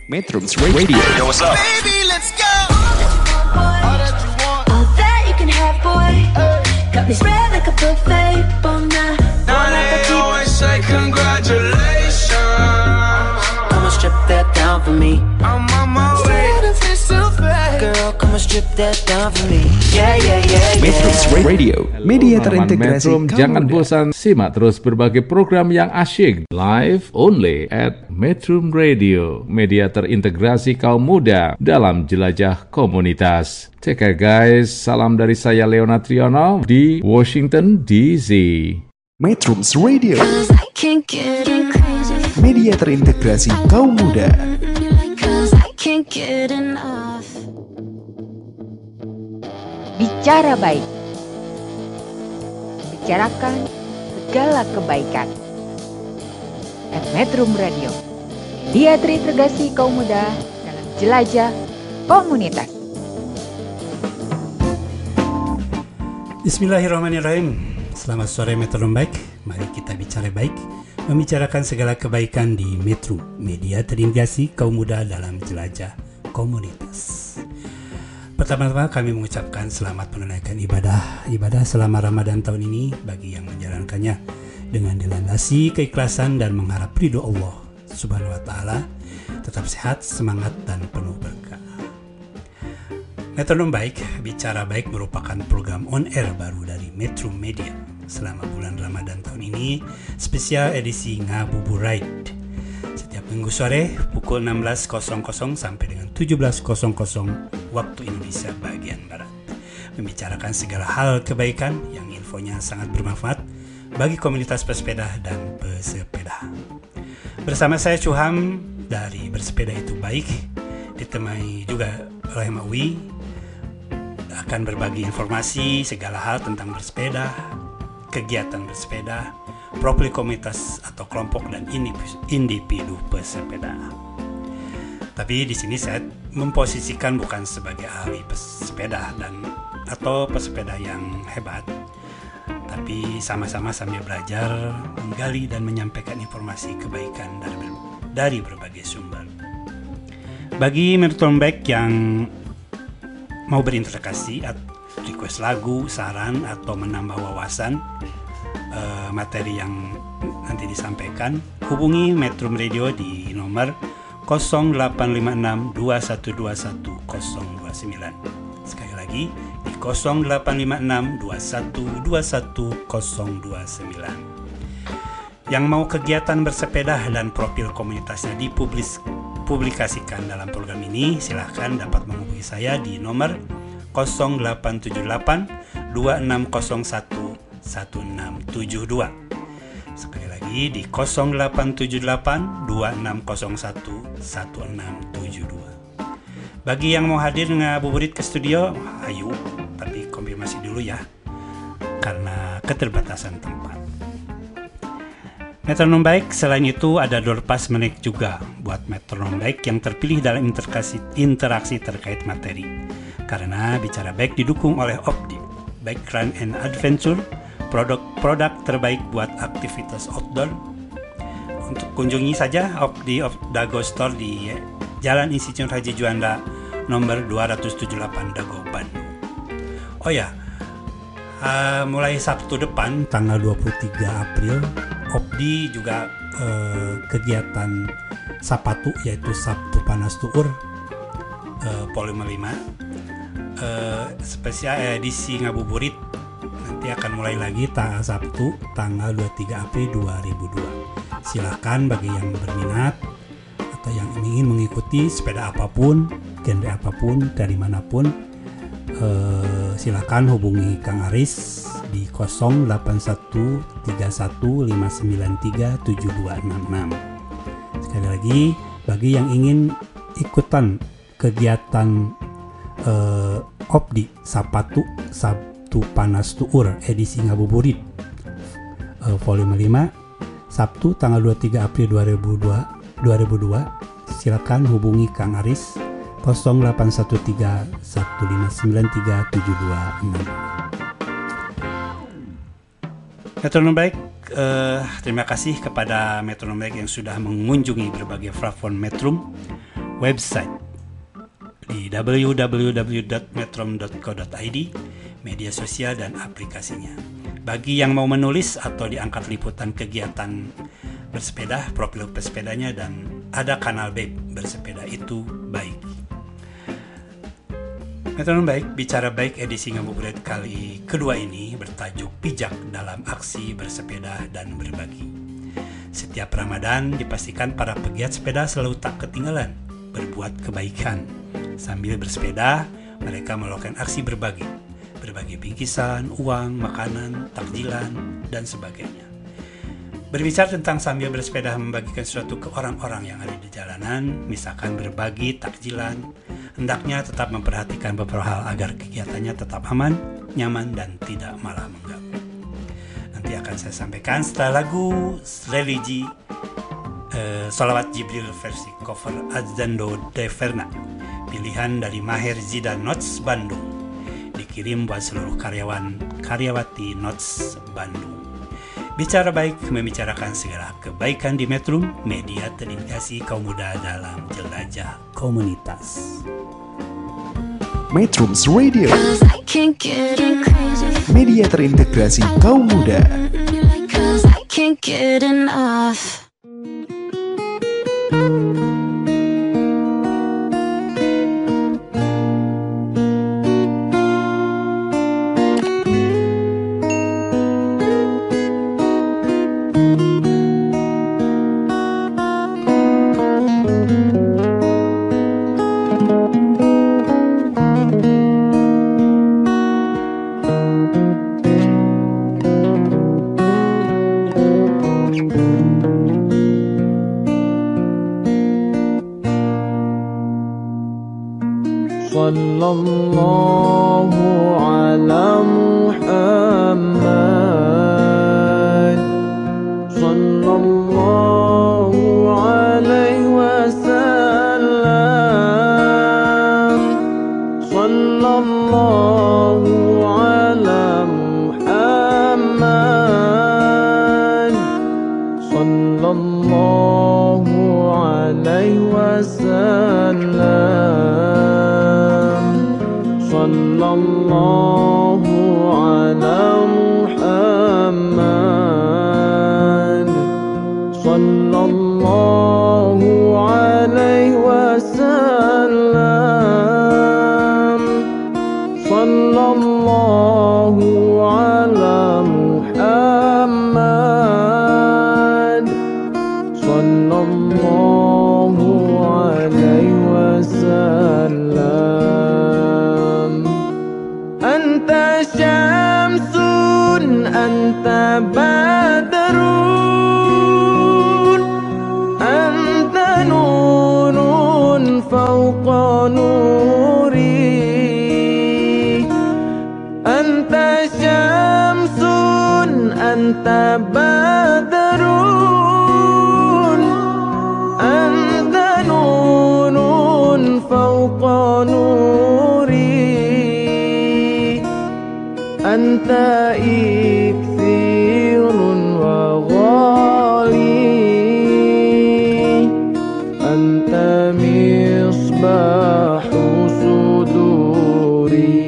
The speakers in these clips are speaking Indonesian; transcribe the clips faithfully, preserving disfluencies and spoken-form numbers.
Metrums Radio. Yo, what's up? Baby, let's go. All that you want, all that you can have, boy. Got me spread like a buffet, bon night. Now they always say congratulations. Come and strip that down for me. I'm on my way. Girl, come and strip that down for me. Yeah, yeah, yeah, yeah. Metrums Radio, media Teman terintegrasi Metrum, kaum jangan muda. bosan simak terus berbagai program yang asyik live only at Metrum Radio, media terintegrasi kaum muda dalam jelajah komunitas. Take care guys, salam dari saya Leonard Triono di Washington D C. Metrums Radio, 'Cause I can't get crazy. media terintegrasi kaum muda. 'Cause I can't get enough. Bicara baik. Bicarakan segala kebaikan. At Metrum Radio, media terintegrasi kaum muda dalam jelajah komunitas. Bismillahirrahmanirrahim. Selamat sore Metrum Baik. Mari kita bicara baik, membicarakan segala kebaikan di Metrum, media terintegrasi kaum muda dalam jelajah komunitas. Pertama-tama kami mengucapkan selamat menunaikan ibadah ibadah selama Ramadan tahun ini bagi yang menjalankannya dengan dilandasi keikhlasan dan mengharap ridho Allah Subhanahu wa taala. Tetap sehat, semangat dan penuh berkah. Metronom Baik, Bicara Baik merupakan program on air baru dari Metro Media selama bulan Ramadan tahun ini, spesial edisi Ngabuburit. Setiap minggu sore pukul enam belas sampai dengan tujuh belas waktu Indonesia bagian Barat, membicarakan segala hal kebaikan yang infonya sangat bermanfaat bagi komunitas pesepeda dan pesepeda. Bersama saya Cuham dari Bersepeda Itu Baik, ditemani juga oleh Mak Wi, akan berbagi informasi segala hal tentang bersepeda, kegiatan bersepeda, profil komunitas atau kelompok dan individu pesepeda. Tapi di sini saya memposisikan bukan sebagai ahli pesepeda dan atau pesepeda yang hebat, tapi sama-sama sambil belajar, menggali dan menyampaikan informasi kebaikan dari dari berbagai sumber. Bagi Metrum Baik yang mau berinteraksi, request lagu, saran atau menambah wawasan uh, materi yang nanti disampaikan, hubungi Metrum Radio di nomor nol delapan lima enam dua satu dua satu nol dua sembilan. Sekali lagi di nol delapan lima enam dua satu dua satu nol dua sembilan. Yang mau kegiatan bersepeda dan profil komunitasnya dipublis publikasikan dalam program ini, silahkan dapat menghubungi saya di nomor nol delapan tujuh delapan dua enam nol satu satu enam tujuh dua. Sekali lagi di nol delapan tujuh delapan dua enam nol satu satu enam tujuh dua. Bagi yang mau hadir ngabuburit ke studio, ayo, tapi konfirmasi dulu ya, karena keterbatasan tempat. Metronom Baik, selain itu ada door pass menarik juga buat Metronom Baik yang terpilih dalam interaksi, interaksi terkait materi. Karena Bicara Baik didukung oleh Opdi, Bike Run and Adventure, produk-produk terbaik buat aktivitas outdoor. Untuk kunjungi saja Opdi of Dago Store di Jalan Insinyur Haji Juanda nomor dua ratus tujuh puluh delapan Dago, Bandung. Oh ya, uh, mulai Sabtu depan tanggal dua puluh tiga April, Opdi juga uh, kegiatan Sapatu, yaitu Sabtu Panas Tuur uh, volume lima, uh, spesial edisi Ngabuburit nanti akan mulai lagi tanggal Sabtu tanggal dua puluh tiga April dua ribu dua. Silakan bagi yang berminat atau yang ingin mengikuti sepeda apapun, genre apapun, dari manapun, eh, silakan hubungi Kang Aris di nol delapan satu tiga satu lima sembilan tiga tujuh dua enam enam. Sekali lagi, bagi yang ingin ikutan kegiatan eh, Opdi Sapatu Sabtu Panas Tuur edisi Ngabuburit eh, volume lima Sabtu tanggal dua puluh tiga April dua ribu dua, silakan hubungi Kang Aris nol delapan satu tiga satu lima sembilan tiga tujuh dua enam. Metronom Baik, eh, terima kasih kepada Metronom Baik yang sudah mengunjungi berbagai platform Metrum website di w w w dot metrum dot co dot i d, media sosial dan aplikasinya. Bagi yang mau menulis atau diangkat liputan kegiatan bersepeda, profil pesepedanya, dan ada kanal web bersepeda itu baik. Metron Baik, bicara baik edisi Ngabuburit kali kedua ini bertajuk bijak dalam aksi bersepeda dan berbagi. Setiap Ramadan dipastikan para pegiat sepeda selalu tak ketinggalan berbuat kebaikan. Sambil bersepeda, mereka melakukan aksi berbagi. Berbagi bingkisan, uang, makanan, takjilan, dan sebagainya. Berbicara tentang sambil bersepeda membagikan sesuatu ke orang-orang yang ada di jalanan, misalkan berbagi takjilan, hendaknya tetap memperhatikan beberapa hal agar kegiatannya tetap aman, nyaman, dan tidak malah mengganggu. Nanti akan saya sampaikan setelah lagu religi eh, Salawat Jibril versi cover Azando De Verna, pilihan dari Maher Zidan Notes Bandung, dikirim buat seluruh karyawan karyawati Notes Bandung. Bicara baik membicarakan segala kebaikan di Metrum, media terintegrasi kaum muda dalam jelajah komunitas. Metrums Radio, Cause I can't get crazy. media terintegrasi kaum muda. Cause I can't get enough. Sallallahu ala Muhammad, sallallahu alaihi wasallam, sallallahu ala Muhammad, sallallahu alaihi wasallam. Sallallahu ala Muhammad, sallallahu alaihi wasallam, sallallahu ala Muhammad, sallallahu alaihi wasallam. Anta syamsun, anta badrun, anta nurun fawqa nuri. Anta syamsun, anta badrun, anta nurun fawqa nuri. Anta ikthirun wa ghali, anta misbahu suduri.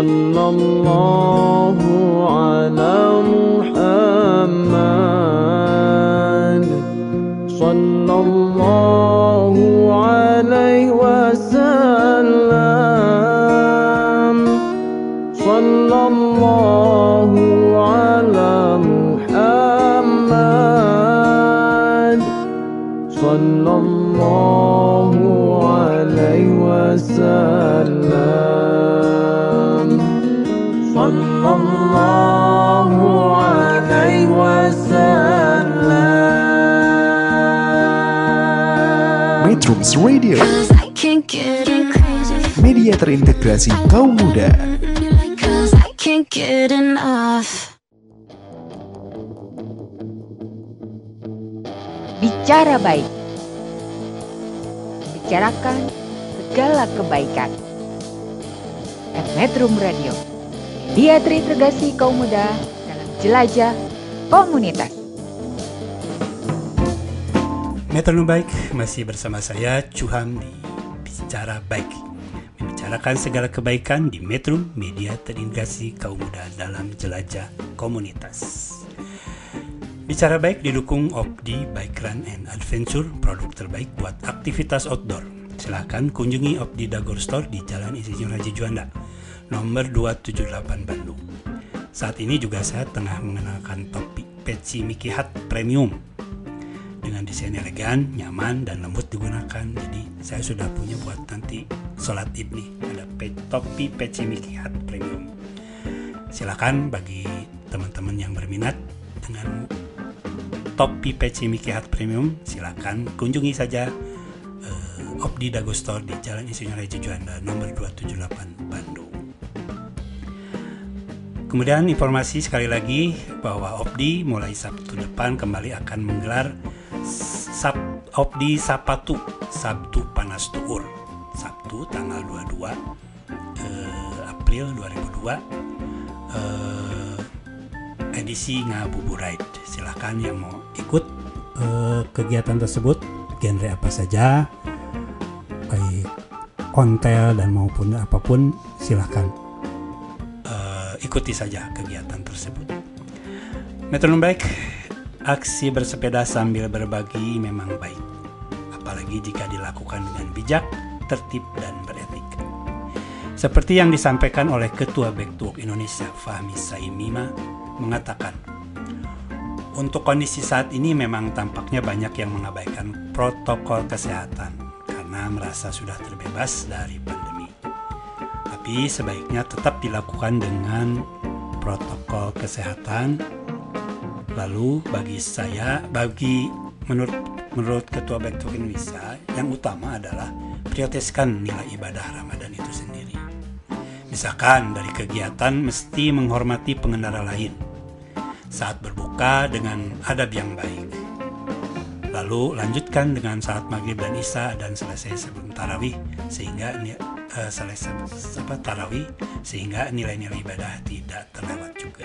Sallallahu ala Muhammad, Sallallahu alaihi wasallam, Sallallahu ala Muhammad, Sallallahu alaihi wasallam, Sallallahu alaihi wasallam. Metrums Radio, Cause I can't get enough. media terintegrasi kaum muda. Cause I can't get enough. Bicara baik. Bicarakan segala kebaikan. At Metrum Radio, media terintegrasi kaum muda dalam jelajah komunitas. Metronom Baik masih bersama saya Cuham di Bicara Baik, membicarakan segala kebaikan di Metro Media Terintegrasi Kaum Muda dalam Jelajah Komunitas. Bicara Baik didukung Opdi Bike Run and Adventure, produk terbaik buat aktivitas outdoor. Silahkan kunjungi Opdi Dagor Store di Jalan Insinyur Haji Juanda, nomor dua tujuh delapan Bandung. Saat ini juga saya tengah mengenalkan topi peci Mickey Hat Premium dengan desain elegan, nyaman, dan lembut digunakan. Jadi saya sudah punya buat nanti sholat id nih. Ada pe- topi peci Mickey Hat Premium. Silakan bagi teman-teman yang berminat dengan topi peci Mickey Hat Premium, silakan kunjungi saja uh, Opdi Dago Store di Jalan Insinyur Haji Juanda nomor dua tujuh delapan Bandung. Kemudian informasi sekali lagi bahwa Opdi mulai Sabtu depan kembali akan menggelar Sab, Opdi Sapatu, Sabtu Panas Tuur, Sabtu tanggal dua puluh dua eh, April dua ribu dua, eh, edisi Ngabuburait. Silahkan yang mau ikut eh, kegiatan tersebut, genre apa saja, baik ontel dan maupun apapun, silahkan eh, ikuti saja kegiatan tersebut. Metronom Baik, aksi bersepeda sambil berbagi memang baik, apalagi jika dilakukan dengan bijak, tertib, dan beretika. Seperti yang disampaikan oleh Ketua Back to Work Indonesia, Fahmi Saimima, mengatakan, untuk kondisi saat ini memang tampaknya banyak yang mengabaikan protokol kesehatan karena merasa sudah terbebas dari pandemi. Tapi sebaiknya tetap dilakukan dengan protokol kesehatan. Lalu bagi saya, bagi menurut menurut Ketua Back to Work Indonesia, yang utama adalah prioritaskan nilai ibadah Ramadan itu sendiri. Misalkan dari kegiatan mesti menghormati pengendara lain, saat berbuka dengan adab yang baik. Lalu lanjutkan dengan saat maghrib dan isya dan selesai sebelum tarawih sehingga uh, selesai apa, tarawih sehingga nilai-nilai ibadah tidak terlewat juga.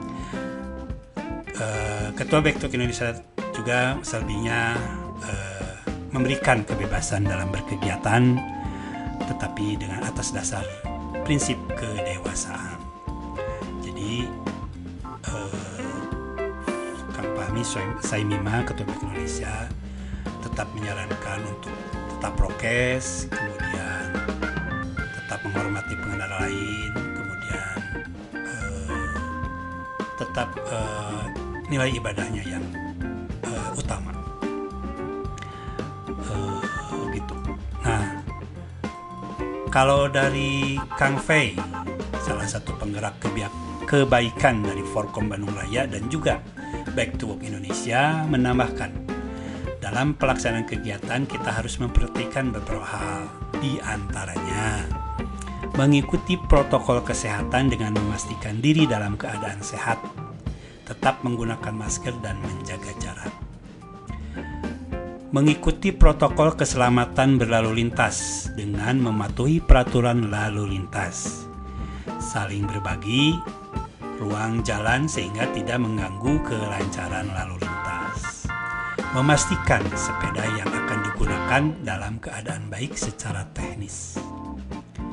Uh, Ketua Back to Work Indonesia juga selebihnya uh, memberikan kebebasan dalam berkegiatan, tetapi dengan atas dasar prinsip kedewasaan. Jadi uh, Kang Fahmi Saimima, Ketua Back Indonesia, tetap menyarankan untuk tetap prokes, kemudian tetap menghormati pengendara lain, kemudian uh, tetap uh, nilai ibadahnya yang uh, utama, uh, gitu. Nah, kalau dari Kang Fei, salah satu penggerak kebiak kebaikan dari Forkom Bandung Raya dan juga Back to Work Indonesia, menambahkan, dalam pelaksanaan kegiatan kita harus memperhatikan beberapa hal, di antaranya mengikuti protokol kesehatan dengan memastikan diri dalam keadaan sehat, tetap menggunakan masker dan menjaga jarak. Mengikuti protokol keselamatan berlalu lintas dengan mematuhi peraturan lalu lintas. Saling berbagi ruang jalan sehingga tidak mengganggu kelancaran lalu lintas. Memastikan sepeda yang akan digunakan dalam keadaan baik secara teknis.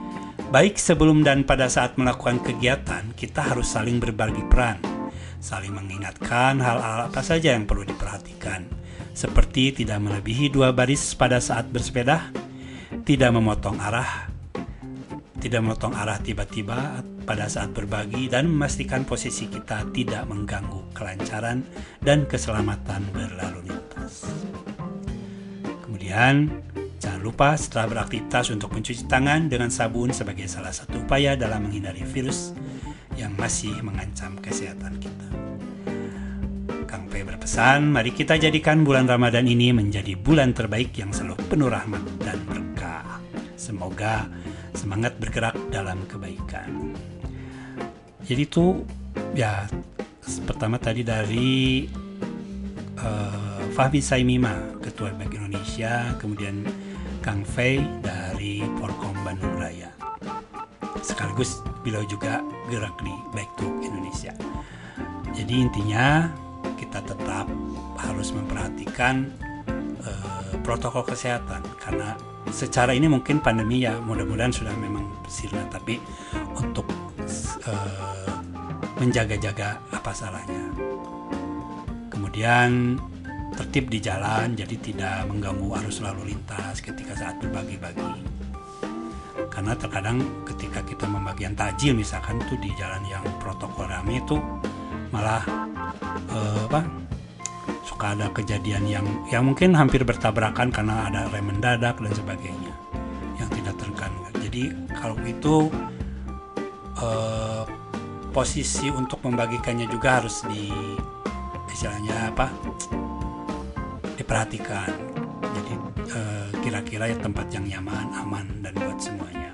Baik sebelum dan pada saat melakukan kegiatan, kita harus saling berbagi peran, saling mengingatkan hal-hal apa saja yang perlu diperhatikan, seperti tidak melebihi dua baris pada saat bersepeda, tidak memotong arah, tidak memotong arah tiba-tiba pada saat berbagi, dan memastikan posisi kita tidak mengganggu kelancaran dan keselamatan berlalu lintas. Kemudian, jangan lupa setelah beraktivitas untuk mencuci tangan dengan sabun sebagai salah satu upaya dalam menghindari virus yang masih mengancam kesehatan kita. Kang P berpesan, mari kita jadikan bulan Ramadan ini menjadi bulan terbaik yang selalu penuh rahmat dan berkah. Semoga semangat bergerak dalam kebaikan. Jadi itu ya pertama tadi dari uh, Fahmi Saimima, Ketua Bank Indonesia, kemudian Kang Fei dari Porkom Bandung Raya. Sekaligus beliau juga gerak di Back to Indonesia. Jadi intinya kita tetap harus memperhatikan uh, protokol kesehatan, karena secara ini mungkin pandemi ya mudah-mudahan sudah memang sirna, tapi untuk uh, menjaga-jaga apa salahnya. Kemudian tertib di jalan, jadi tidak mengganggu arus lalu lintas ketika saat berbagi-bagi. Karena terkadang ketika kita membagian takjil misalkan tuh di jalan yang protokol rame itu malah uh, apa suka ada kejadian yang yang mungkin hampir bertabrakan karena ada rem mendadak dan sebagainya yang tidak terkendali. Jadi kalau itu uh, posisi untuk membagikannya juga harus di istilahnya apa diperhatikan. Jadi uh, kira-kira ya tempat yang nyaman, aman dan buat semuanya.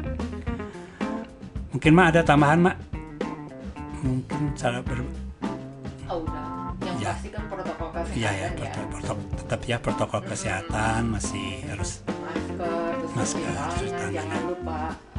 Mungkin Mak ada tambahan Mak? Mungkin cara ber Oh udah, yang ya. pasti kan protokol kesehatan ya, ya, ya. protokol, protokol, tetap ya protokol hmm. kesehatan masih harus masker, terus masker, cuci cuci tangan, tangan. jangan lupa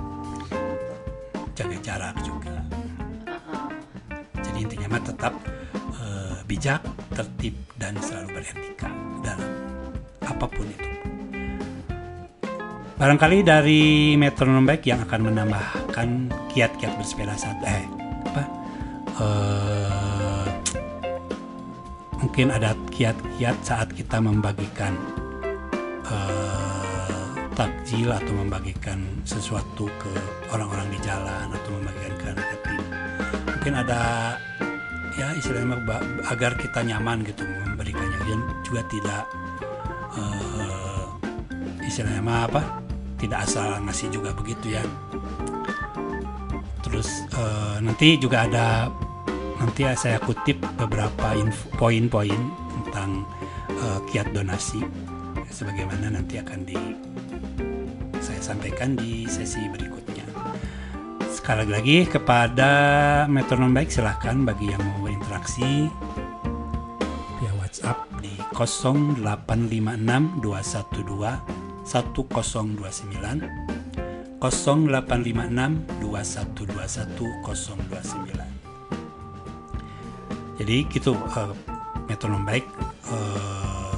jaga jarak juga. uh-uh. Jadi intinya mah tetap uh, bijak, tertib dan selalu beretika dalam apapun itu. Barangkali dari metronom baik yang akan menambahkan kiat-kiat bersepeda saat eh apa uh, mungkin ada kiat-kiat saat kita membagikan uh, takjil atau membagikan sesuatu ke orang-orang di jalan atau membagikan ke anak yatim. Mungkin ada ya istilahnya agar kita nyaman gitu memberikannya, dan juga tidak uh, istilahnya apa tidak asal ngasih juga begitu ya. Terus uh, nanti juga ada nanti saya kutip beberapa info, poin-poin tentang uh, kiat donasi sebagaimana nanti akan di saya sampaikan di sesi berikutnya. Sekali lagi kepada metronom baik, silahkan bagi yang mau berinteraksi via WhatsApp di nol delapan lima enam dua satu dua satu nol dua sembilan nol delapan lima enam dua satu dua satu nol dua sembilan. Jadi gitu uh, metronom baik, uh,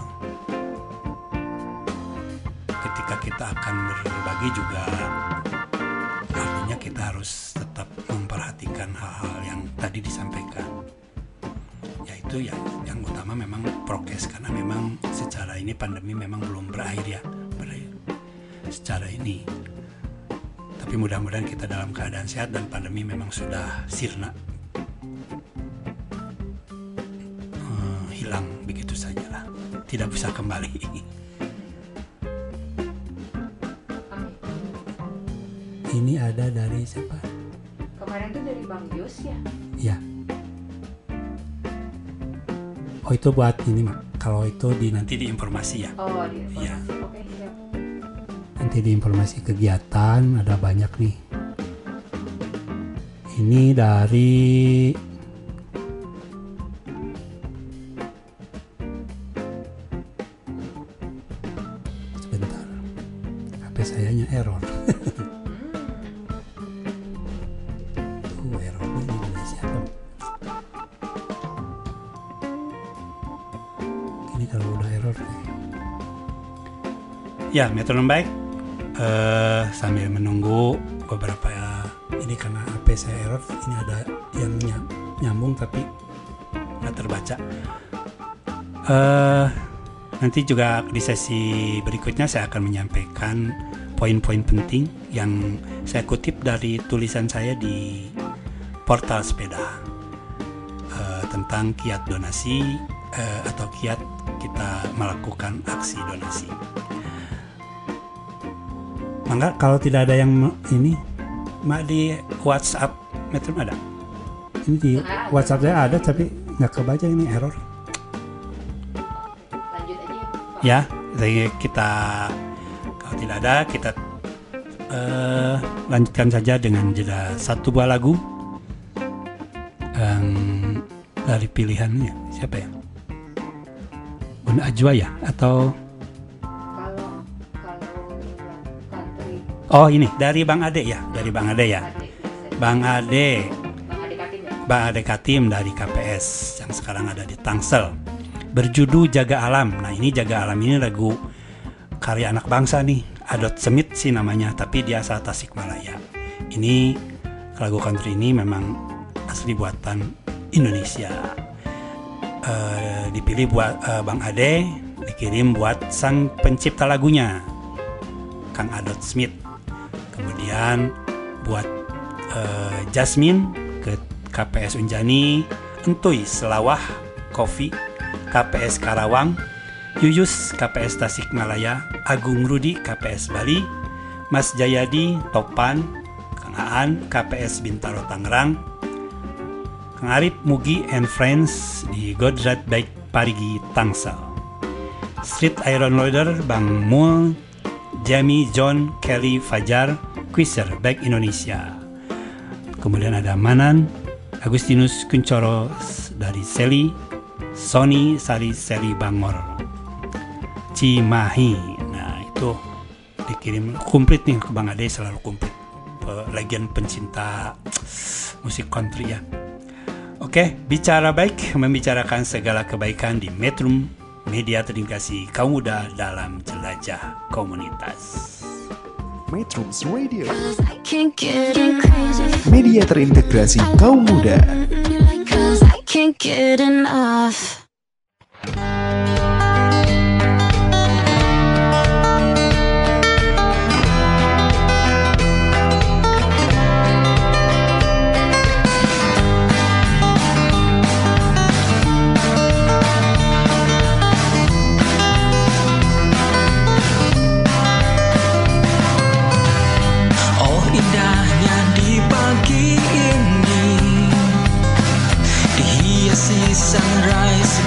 ketika kita akan berbagi juga artinya kita harus tetap memperhatikan hal-hal yang tadi disampaikan, yaitu ya yang utama memang prokes, karena memang secara ini pandemi memang belum berakhir ya berakhir secara ini, tapi mudah-mudahan kita dalam keadaan sehat dan pandemi memang sudah sirna, hmm, hilang begitu saja lah, tidak bisa kembali. Ini ada dari siapa? Kemarin tuh dari Bang Yus ya? Ya. Oh itu buat ini Mak. Kalau itu di nanti di informasi ya. Oh di informasi. Ya. Oke siap. Nanti di informasi kegiatan ada banyak nih. Ini dari sebentar. H P sayanya error. Ya, metronom baik, uh, sambil menunggu beberapa ya, ini karena H P saya error, ini ada yang ny- nyambung tapi nggak terbaca. Uh, nanti juga di sesi berikutnya saya akan menyampaikan poin-poin penting yang saya kutip dari tulisan saya di portal sepeda uh, tentang kiat donasi uh, atau kiat kita melakukan aksi donasi. Mangga kalau tidak ada yang ini, mak di WhatsApp Metro ada. Ini di WhatsApp saya ada tapi nggak kebaca, ini error. Lanjut aja Pak. Ya, jadi kita kalau tidak ada kita uh, lanjutkan saja dengan jeda satu buah lagu um, dari pilihannya siapa ya? Bun Ajwa ya atau Kalau kalau country oh ini dari Bang Ade ya, dari Bang Ade ya, adik, Bang Ade, Bang Ade Katim ya. Bang Ade Katim dari K P S yang sekarang ada di Tangsel, berjudul Jaga Alam. Nah ini Jaga Alam ini lagu karya anak bangsa nih, Adot Smith sih namanya, tapi dia asal Tasikmalaya. Ini lagu country ini memang asli buatan Indonesia. Uh, dipilih buat uh, Bang Ade, dikirim buat sang pencipta lagunya, Kang Adot Smith. Kemudian buat uh, Jasmine ke K P S Unjani, Entuy Selawah Kofi K P S Karawang, Yuyus K P S Tasikmalaya, Agung Rudi K P S Bali, Mas Jayadi Topan, Kang Aan K P S Bintaro Tangerang, Kang Arif Mugi and Friends di Godrat Baik Parigi Tangsel, Street Iron Loader Bang Mul, Jamie John Kelly Fajar Quisser Baik Indonesia. Kemudian ada Manan Agustinus Kuncoro dari Seli, Sony Sari Seli Bangor, Cimahi. Nah itu dikirim komplit nih ke Bang Ade, selalu komplit, legend pencinta musik country ya. Oke, bicara baik, membicarakan segala kebaikan di Metro Media terintegrasi kaum muda dalam jelajah komunitas. Metro Radio, I can't get crazy. media terintegrasi kaum muda. Cause I can't get enough. Oh indahnya di pagi ini, dihiasi sunrise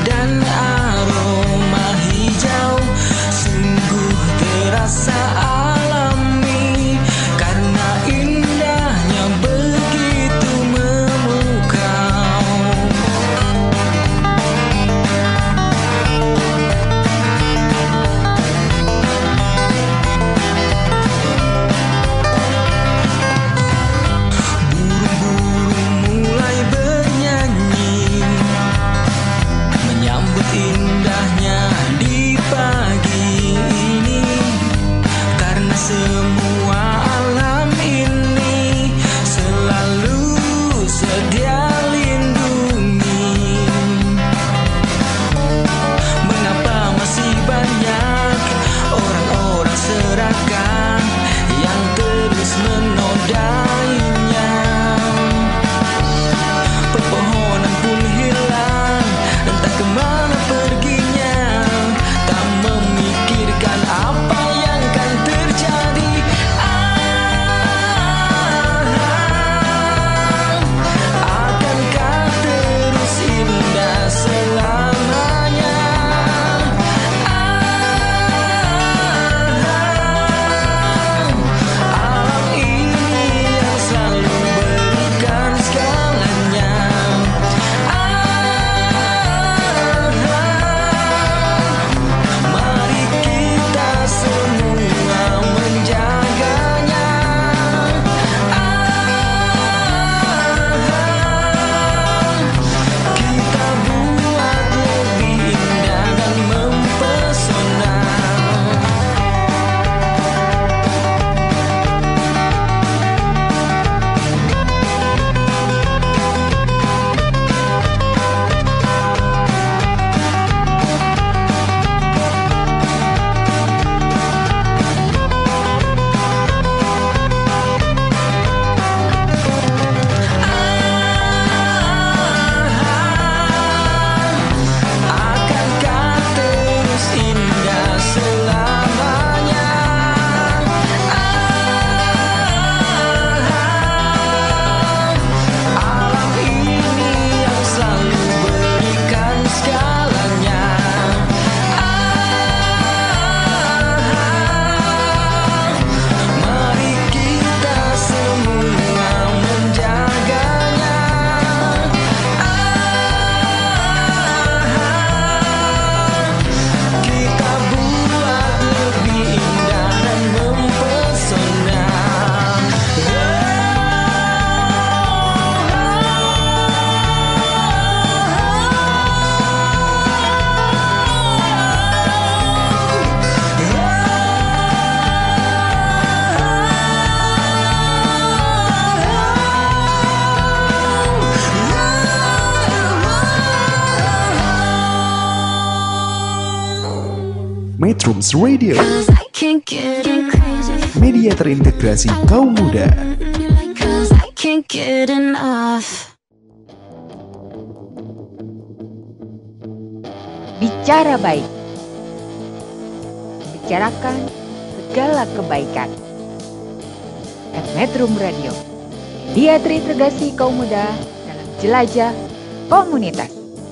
Metrums Radio, Cause I can't get enough. media terintegrasi kaum muda. Cause I can't get enough. Bicara baik. Bicarakan segala kebaikan. At Metrum Radio, media terintegrasi kaum muda dalam jelajah komunitas.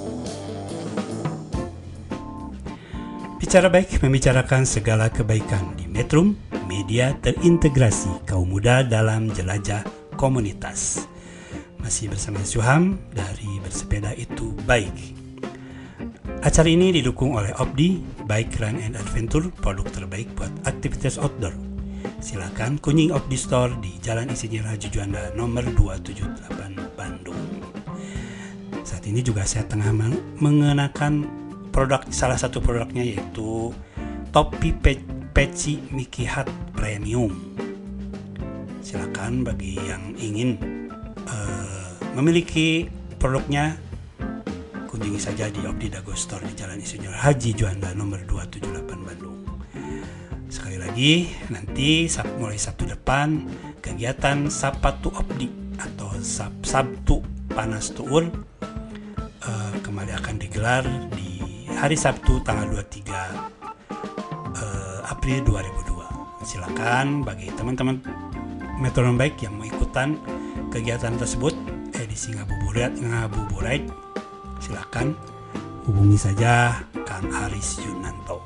Bicara baik membicarakan segala kebaikan di Metrum, media terintegrasi kaum muda dalam jelajah komunitas. Masih bersama Suham dari Bersepeda Itu Baik. Acara ini didukung oleh Opdi, Bike Run and Adventure, produk terbaik buat aktivitas outdoor. Silakan kunjungi Opdi Store di Jalan Insinyur Haji Juanda nomor dua tujuh delapan Bandung. Saat ini juga saya tengah mengenakan produk, salah satu produknya yaitu topi pe- peci Mickey Hat Premium. Silakan bagi yang ingin uh, memiliki produknya, kunjungi saja di Opdi Dago Store di Jalan Insinyur Haji Juanda nomor dua tujuh delapan Bandung. Sekali lagi, nanti sab, mulai Sabtu depan kegiatan Sapatu Opdi atau Sab, Sabtu Panas Tuul uh, kembali akan digelar di hari Sabtu tanggal dua puluh tiga uh, April dua ribu dua. Silakan bagi teman-teman metronom baik yang mau ikutan kegiatan tersebut edisi Ngabuburit Ngabuburit, silakan hubungi saja Kang Aris Yunanto.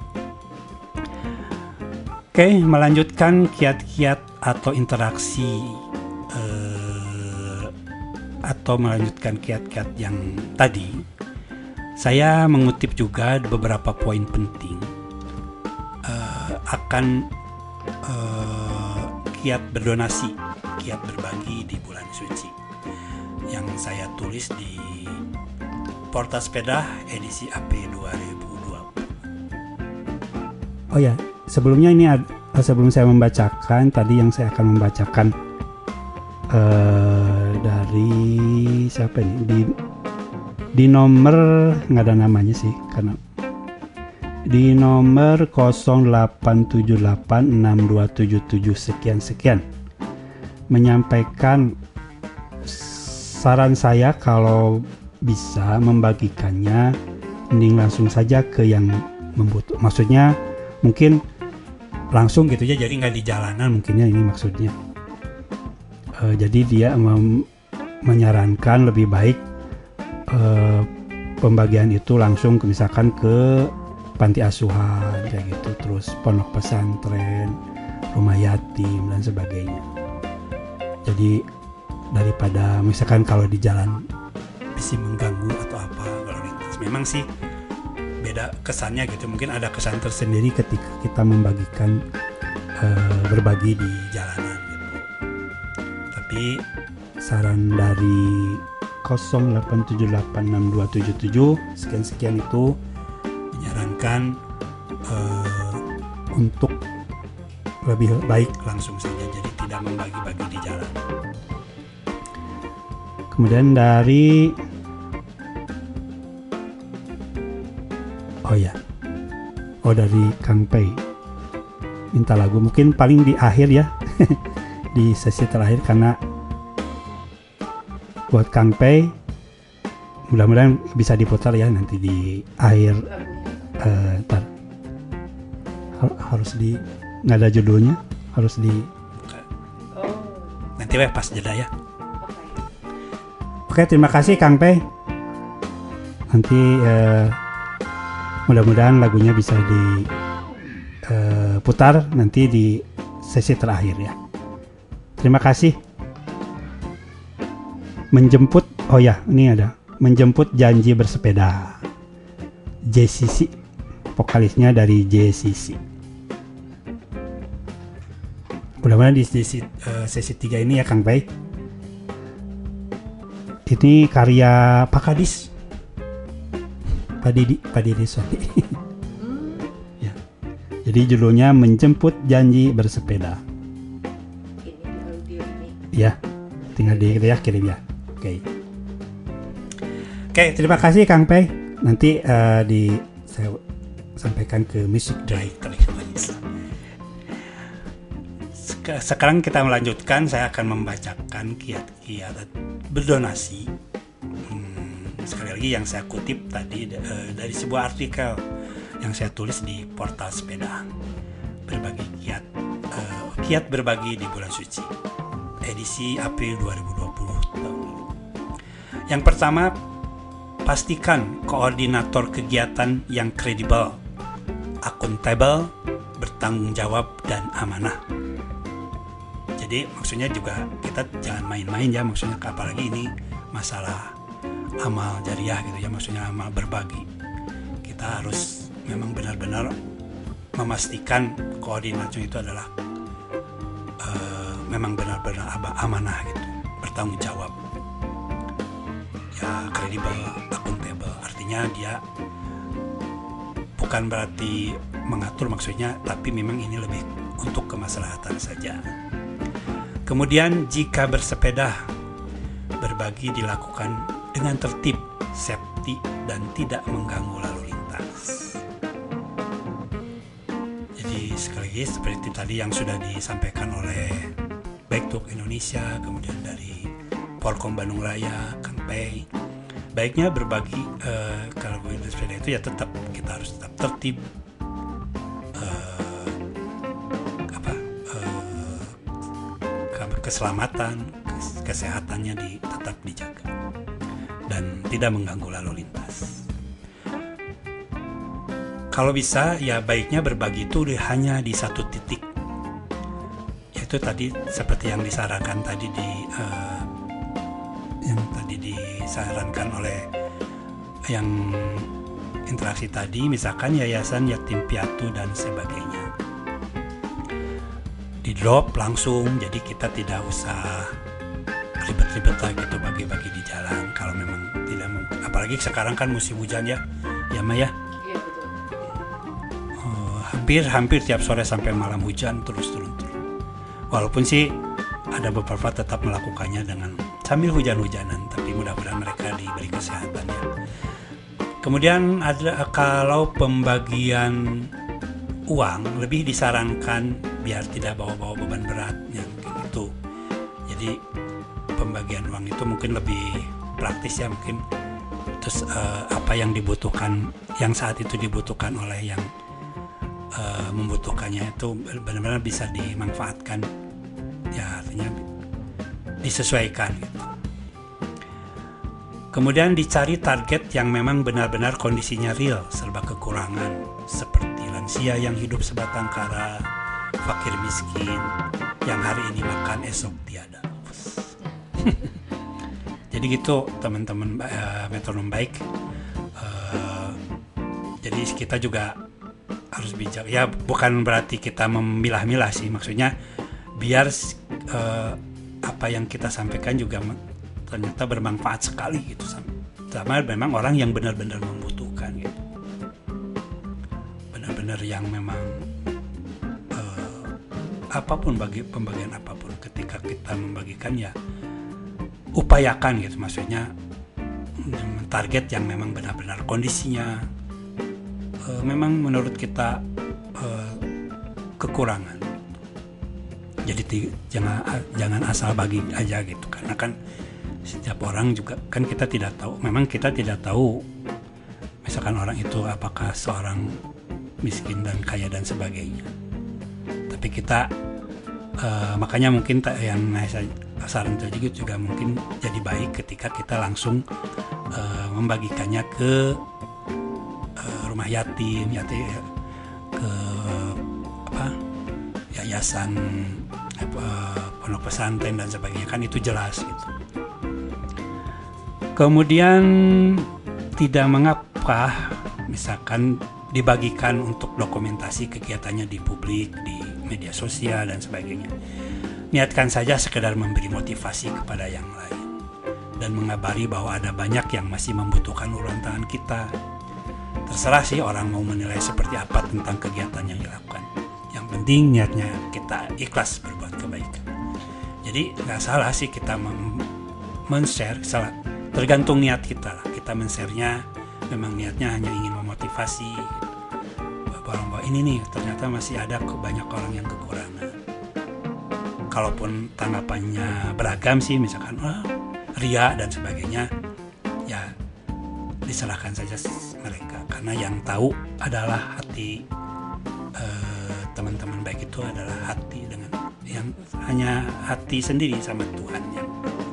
Oke, melanjutkan kiat-kiat atau interaksi uh, atau melanjutkan kiat-kiat yang tadi. Saya mengutip juga beberapa poin penting uh, akan uh, kiat berdonasi, kiat berbagi di bulan suci yang saya tulis di Portal Sepeda edisi A P dua ribu dua puluh. Oh ya, sebelumnya ini ad, sebelum saya membacakan tadi yang saya akan membacakan uh, dari siapa nih di di nomor nggak ada namanya sih karena di nomor nol delapan tujuh delapan enam dua tujuh tujuh sekian sekian menyampaikan saran saya kalau bisa membagikannya mending langsung saja ke yang membutuhkan, maksudnya mungkin langsung gitu ya, jadi nggak di jalanan mungkinnya ini maksudnya. Uh, jadi dia mem- menyarankan lebih baik Uh, pembagian itu langsung ke, misalkan ke panti asuhan kayak gitu, terus pondok pesantren, rumah yatim dan sebagainya. Jadi daripada misalkan kalau di jalan bisa mengganggu atau apa lalu lintas, memang sih beda kesannya gitu, mungkin ada kesan tersendiri ketika kita membagikan uh, berbagi di jalanan gitu. Tapi saran dari nol delapan tujuh delapan enam dua tujuh tujuh sekian-sekian itu menyarankan uh, untuk lebih baik langsung saja, jadi tidak membagi-bagi di jalan. Kemudian dari oh ya oh dari Kang Pei minta lagu, mungkin paling di akhir ya di sesi terakhir, karena buat Kang Pei mudah-mudahan bisa diputar ya nanti di akhir. Uh, tar, Har- harus di nggak ada judulnya, harus di nanti weh pas jeda ya. Oke, terima kasih Kang Pei. Nanti uh, mudah-mudahan lagunya bisa diputar uh, nanti di sesi terakhir ya. Terima kasih. Menjemput, oh ya ini ada menjemput janji bersepeda, J C C, vokalisnya dari J C C. Mudah-mudahan di sesi, uh, sesi tiga ini ya Kang Pei. Ini karya Pak Kadis, Pak Didi, Pak Didi sorry. Ya. Jadi judulnya Menjemput Janji Bersepeda. Ini di audio ini. Ya, tinggal di ya kirim ya. Oke. Okay. Oke, okay, terima kasih Kang Pei. Nanti uh, di saya sampaikan ke Music Director. Sekarang kita melanjutkan, saya akan membacakan kiat-kiat berdonasi. Hmm, sekali lagi yang saya kutip tadi uh, dari sebuah artikel yang saya tulis di portal sepeda. Berbagi kiat, uh, kiat berbagi di bulan suci, edisi April dua ribu dua puluh tahun ini. Yang pertama, pastikan koordinator kegiatan yang kredibel, akuntabel, bertanggung jawab, dan amanah. Jadi maksudnya juga kita jangan main-main ya, maksudnya apalagi ini masalah amal jariah gitu ya, maksudnya amal berbagi. Kita harus memang benar-benar memastikan koordinator itu adalah uh, memang benar-benar amanah gitu, bertanggung jawab. Ya kredibel, akuntabel, artinya dia bukan berarti mengatur maksudnya, tapi memang ini lebih untuk kemaslahatan saja. Kemudian jika bersepeda, berbagi dilakukan dengan tertib, safety, dan tidak mengganggu lalu lintas. Jadi sekali lagi seperti tadi yang sudah disampaikan oleh Bike to Work Indonesia, kemudian dari Polkom Bandung Raya, Kanpei, baiknya berbagi uh, kalau bersepeda itu ya tetap kita harus tetap tertib, keselamatan, kesehatannya di, tetap dijaga dan tidak mengganggu lalu lintas. Kalau bisa ya baiknya berbagi itu hanya di satu titik, yaitu tadi seperti yang disarankan tadi di uh, yang tadi disarankan oleh yang interaksi tadi, misalkan yayasan yatim piatu dan sebagainya. Di drop langsung, jadi kita tidak usah ribet-ribet lagi gitu bagi-bagi di jalan kalau memang tidak mungkin. Apalagi sekarang kan musim hujan ya, ya Maya. Iya betul. Uh, hampir hampir tiap sore sampai malam hujan terus turun-turun. Walaupun sih ada beberapa tetap melakukannya dengan sambil hujan-hujanan, tapi mudah-mudahan mereka diberi kesehatan ya. Kemudian ada kalau pembagian uang lebih disarankan biar tidak bawa-bawa beban berat yang itu. Jadi pembagian uang itu mungkin lebih praktis ya, mungkin terus uh, apa yang dibutuhkan, yang saat itu dibutuhkan oleh yang uh, membutuhkannya itu benar-benar bisa dimanfaatkan ya, artinya disesuaikan gitu. Kemudian dicari target yang memang benar-benar kondisinya real, serba kekurangan, seperti lansia yang hidup sebatang kara, fakir miskin, yang hari ini makan esok tiada. Jadi gitu teman-teman uh, metronom baik. Uh, jadi kita juga harus bijak. Ya bukan berarti kita memilah-milah sih, maksudnya biar uh, apa yang kita sampaikan juga ternyata bermanfaat sekali gitu, sama memang orang yang benar-benar membutuhkan gitu, benar-benar yang memang uh, apapun bagi pembagian apapun ketika kita membagikan ya upayakan gitu, maksudnya target yang memang benar-benar kondisinya uh, memang menurut kita uh, kekurangan. Jadi t- jangan jangan asal bagi aja gitu, karena kan setiap orang juga kan kita tidak tahu, memang kita tidak tahu misalkan orang itu apakah seorang miskin dan kaya dan sebagainya. Tapi kita uh, makanya mungkin tak, yang saya saran tadi juga mungkin jadi baik ketika kita langsung uh, membagikannya ke uh, rumah yatim, yatim ke apa yayasan, uh, pondok pesantren dan sebagainya, kan itu jelas gitu. Kemudian tidak mengapa misalkan dibagikan untuk dokumentasi kegiatannya di publik, di media sosial dan sebagainya. Niatkan saja sekedar memberi motivasi kepada yang lain dan mengabari bahwa ada banyak yang masih membutuhkan uluran tangan kita. Terserah sih orang mau menilai seperti apa tentang kegiatan yang dilakukan. Yang penting niatnya kita ikhlas berbuat kebaikan. Jadi nggak salah sih kita mem- men-share, salah. Tergantung niat kita lah. Kita men-share-nya memang niatnya hanya ingin memotivasi, ini nih ternyata masih ada banyak orang yang kekurangan. Kalaupun tanggapannya beragam sih, misalkan oh, ria dan sebagainya, ya diserahkan saja mereka, karena yang tahu adalah hati eh, teman-teman baik itu adalah hati dengan yang hanya hati sendiri sama Tuhan yang.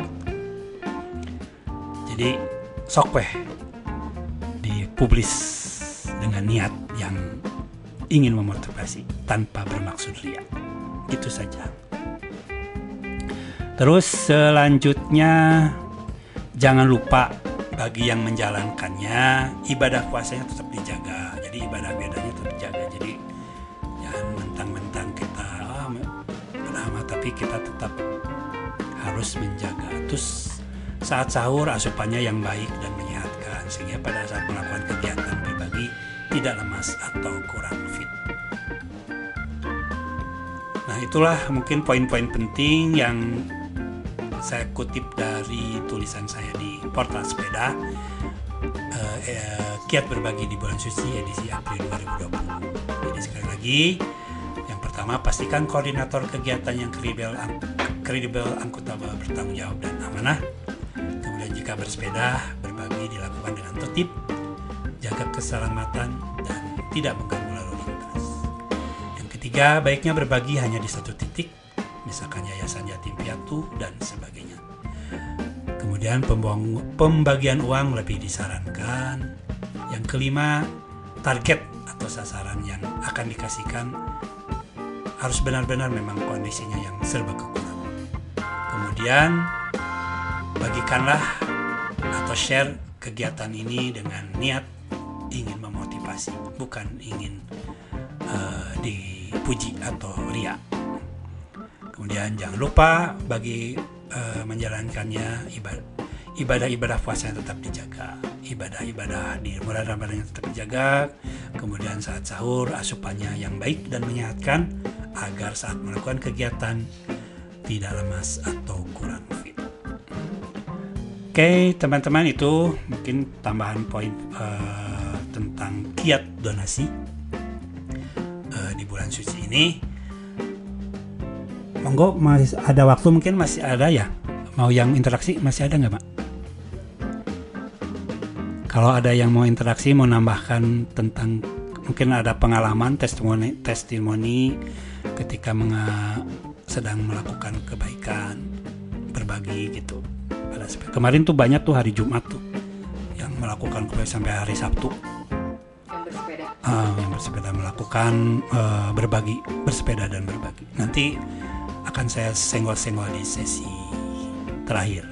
Jadi sok weh dipublis dengan niat yang ingin memotivasi tanpa bermaksud ria. Itu saja. Terus selanjutnya jangan lupa bagi yang menjalankannya ibadah puasanya tetap dijaga. Jadi ibadah bedanya tetap dijaga. Jadi jangan mentang-mentang kita ah, lama tapi kita tetap harus menjaga. Terus saat sahur asupannya yang baik dan menyehatkan sehingga pada saat melakukan kegiatan berbagi tidak lemas atau kurang fit. Nah, itulah mungkin poin-poin penting yang saya kutip dari tulisan saya di portal sepeda eh, eh, Kiat Berbagi di Bulan Suci edisi April dua ribu dua puluh. Jadi sekali lagi, yang pertama pastikan koordinator kegiatan yang kredibel, kredibel, akuntabel, bertanggung jawab dan amanah. Kemudian jika bersepeda, berbagi dilakukan dengan tertib, jaga keselamatan dan tidak mengganggu lalu lintas. Yang ketiga, baiknya berbagi hanya di satu titik, misalkan yayasan yatim piatu dan sebagainya. Kemudian pembuang, pembagian uang lebih disarankan. Yang kelima, target atau sasaran yang akan dikasihkan harus benar-benar memang kondisinya yang serba kekurangan. Kemudian bagikanlah atau share kegiatan ini dengan niat ingin memotivasi, bukan ingin uh, dipuji atau ria. Kemudian jangan lupa bagi uh, menjalankannya ibadah, ibadah-ibadah puasa yang tetap dijaga, ibadah-ibadah di bulan Ramadan yang tetap dijaga. Kemudian saat sahur asupannya yang baik dan menyehatkan agar saat melakukan kegiatan tidak lemas atau kurang fit. Oke teman-teman, itu mungkin tambahan poin uh, tentang kiat donasi uh, di bulan suci ini. Monggo, masih ada waktu, mungkin masih ada ya. Mau yang interaksi masih ada nggak, Mak? Kalau ada yang mau interaksi, mau nambahkan tentang mungkin ada pengalaman testimoni testimoni ketika menga, sedang melakukan kebaikan, berbagi gitu. Pada kemarin tuh banyak tuh hari Jumat tuh yang melakukan kebaikan sampai hari Sabtu. Yang bersepeda. Uh, yang bersepeda melakukan uh, berbagi, bersepeda dan berbagi. Nanti akan saya senggol-senggol di sesi terakhir.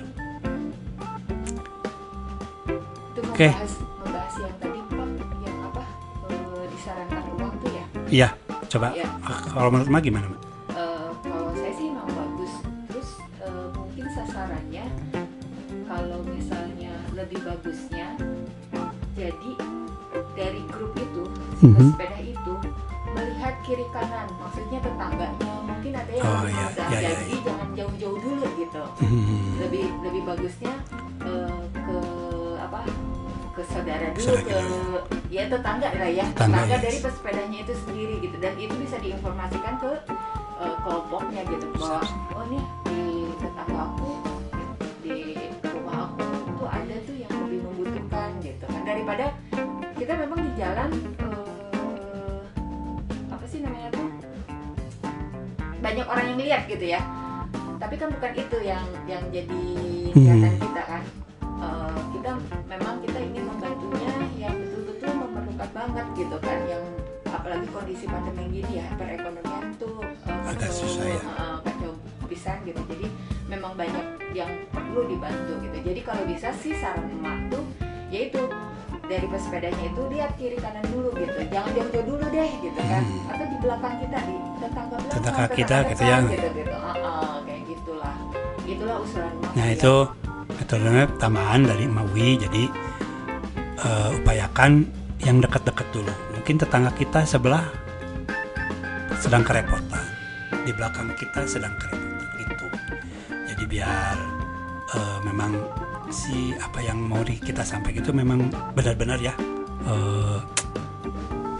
Itu Oke. membahas, membahas yang tadi Pak, yang apa e, disarankan uang tuh ya. Iya, coba Ya. kalau menurut Mak gimana, Mak? E, kalau saya sih mau bagus. Terus e, mungkin sasarannya kalau misalnya lebih bagusnya, jadi dari grup itu, si Mhm. pesepeda itu melihat kiri kanan, maksudnya tetangganya. Mungkin ada yang Oh, udah iya, iya, iya, jadi jangan jauh-jauh dulu gitu. Hmm. Lebih lebih bagusnya eh, ke apa ke saudara dulu, Saudara ke dulu. ya tetangga lah ya, Tetangga, tetangga yes. dari pesepedanya itu sendiri gitu, dan itu bisa diinformasikan ke eh, kelompoknya gitu bahwa oh nih di tetangga aku, di rumah aku tuh ada tuh yang lebih membutuhkan gitu kan, daripada kita memang di jalan eh, apa sih namanya tuh banyak orang yang lihat gitu ya, tapi kan bukan itu yang yang jadi niatan kita kan. Uh, kita memang kita ingin membantunya yang betul-betul memerlukan banget gitu kan, yang apalagi kondisi pandemi gini ya, perekonomian tuh uh, Agak kacau, susah ya. uh, kacau pisan gitu, jadi memang banyak yang perlu dibantu gitu. Jadi kalau bisa sih saran emak tuh yaitu dari pesepedanya itu lihat kiri kanan dulu gitu, jangan jauh-jauh dulu deh gitu kan, Hmm. atau di belakang kita, di tetangga belakang, Tetangga kita tetangga gitu depan, ya. gitu gitu, uh, uh, kayak gitulah, itulah usulan emak. Nah ya. itu metodenya tambahan dari Mawi. Jadi uh, upayakan yang dekat-dekat dulu. Mungkin tetangga kita sebelah sedang kerepotan, di belakang kita sedang kerepotan gitu. Jadi biar uh, memang si apa yang mau di- kita sampaikan itu memang benar-benar ya uh, tertuju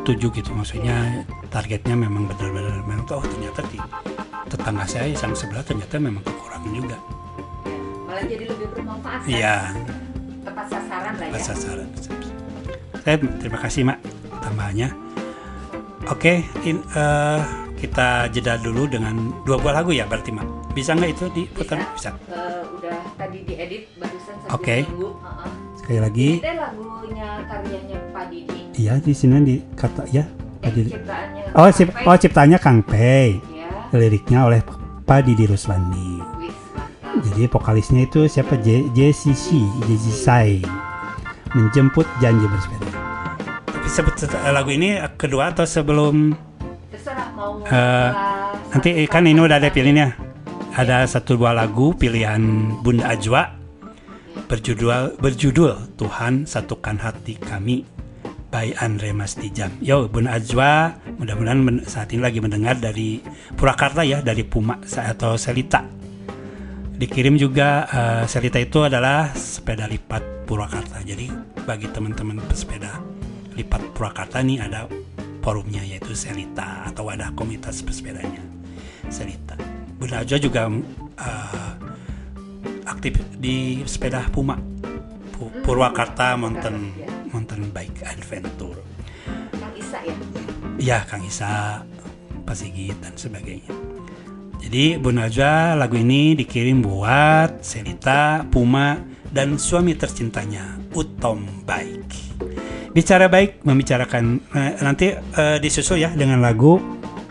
setuju gitu, maksudnya targetnya memang benar-benar memang oh ternyata di tetangga saya yang sebelah ternyata memang kekurangan juga. Malah jadi lebih bermanfaat. Iya. Tepat sasaran lah ya. Tepat sasaran. Saya terima kasih Mak tambahannya. Oke, in, uh, kita jeda dulu dengan dua buah lagu ya berarti Mak. Bisa nggak itu diputar? Bisa. Bisa. Uh, udah tadi diedit barusan sambil okay. nunggu. Uh-uh. Sekali lagi. Ini lagunya karyanya Pak Didi. Iya di sini di kata ya Pak Didi. Eh, oh, cip, oh ciptaannya Kang Pei. Ya. Liriknya oleh Pak Didi Ruswandi. Wis, jadi vokalisnya itu siapa? J C C J C Sai. Menjemput janji bersepeda. Tapi sebut lagu ini kedua atau sebelum? Terserah mau. Uh, nanti kan ini udah ada pilihannya. Ada satu dua lagu pilihan Bunda Ajwa berjudul berjudul Tuhan Satukan Hati Kami by Andre Mastijam. Yo Bunda Ajwa, mudah-mudahan men- saat ini lagi mendengar dari Purwakarta ya, dari Puma atau Selita. Dikirim juga uh, Selita itu adalah sepeda lipat Purwakarta. Jadi bagi teman-teman pesepeda lipat Purwakarta nih ada forumnya yaitu Selita atau wadah komunitas pesepedanya Selita. Bunda Ajwa juga uh, aktif di sepeda Puma Purwakarta Mountain Mountain Bike Adventure. Kang Isa ya? Iya Kang Isa, Pasigit dan sebagainya. Jadi Bunda Ajwa lagu ini dikirim buat Selita, Puma dan suami tercintanya Utom Baik. Bicara baik membicarakan eh, nanti eh, disusul ya dengan lagu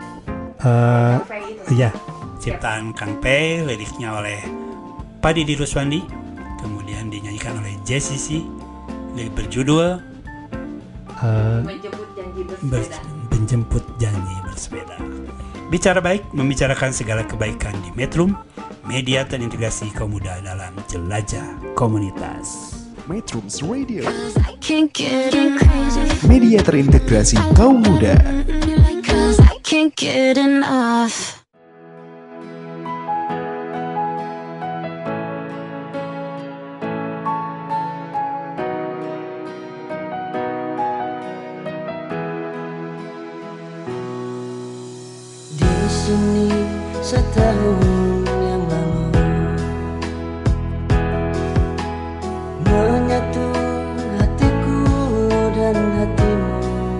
eh, ya ciptaan Kang Pei, liriknya oleh Pak Didi Ruswandi, kemudian dinyanyikan oleh J C C, berjudul uh, Menjemput Janji ber, Bersepeda. Menjemput Janji Bersepeda. Bicara baik, membicarakan segala kebaikan di Metrum, media terintegrasi kaum muda dalam jelajah komunitas. Metrums Radio, I can't get crazy. media terintegrasi kaum muda. Cause I can't get enough. Sini setahun yang lalu menyatu hatiku dan hatimu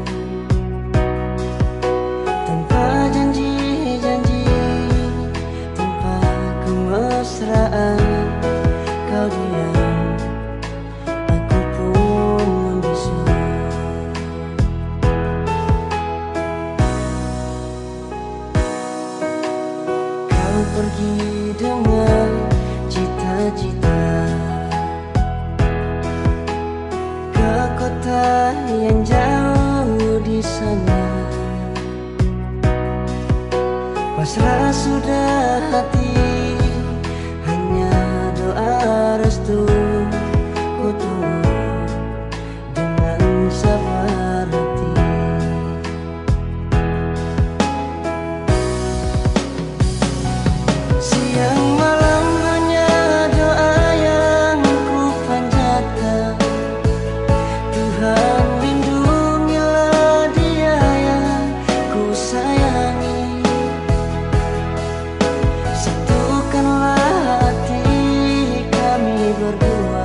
tanpa janji-janji, tanpa kemesraan. Kau diam, aku pun membisu. Pergi dengan cita-cita ke kota yang jauh di sana. Pasrah sudah hati, hanya doa restu ku tunggu dengan sabar hati. Siang malam hanya doa yang ku panjatkan. Tuhan lindungilah dia yang ku sayangi. Satukanlah hati kami berdua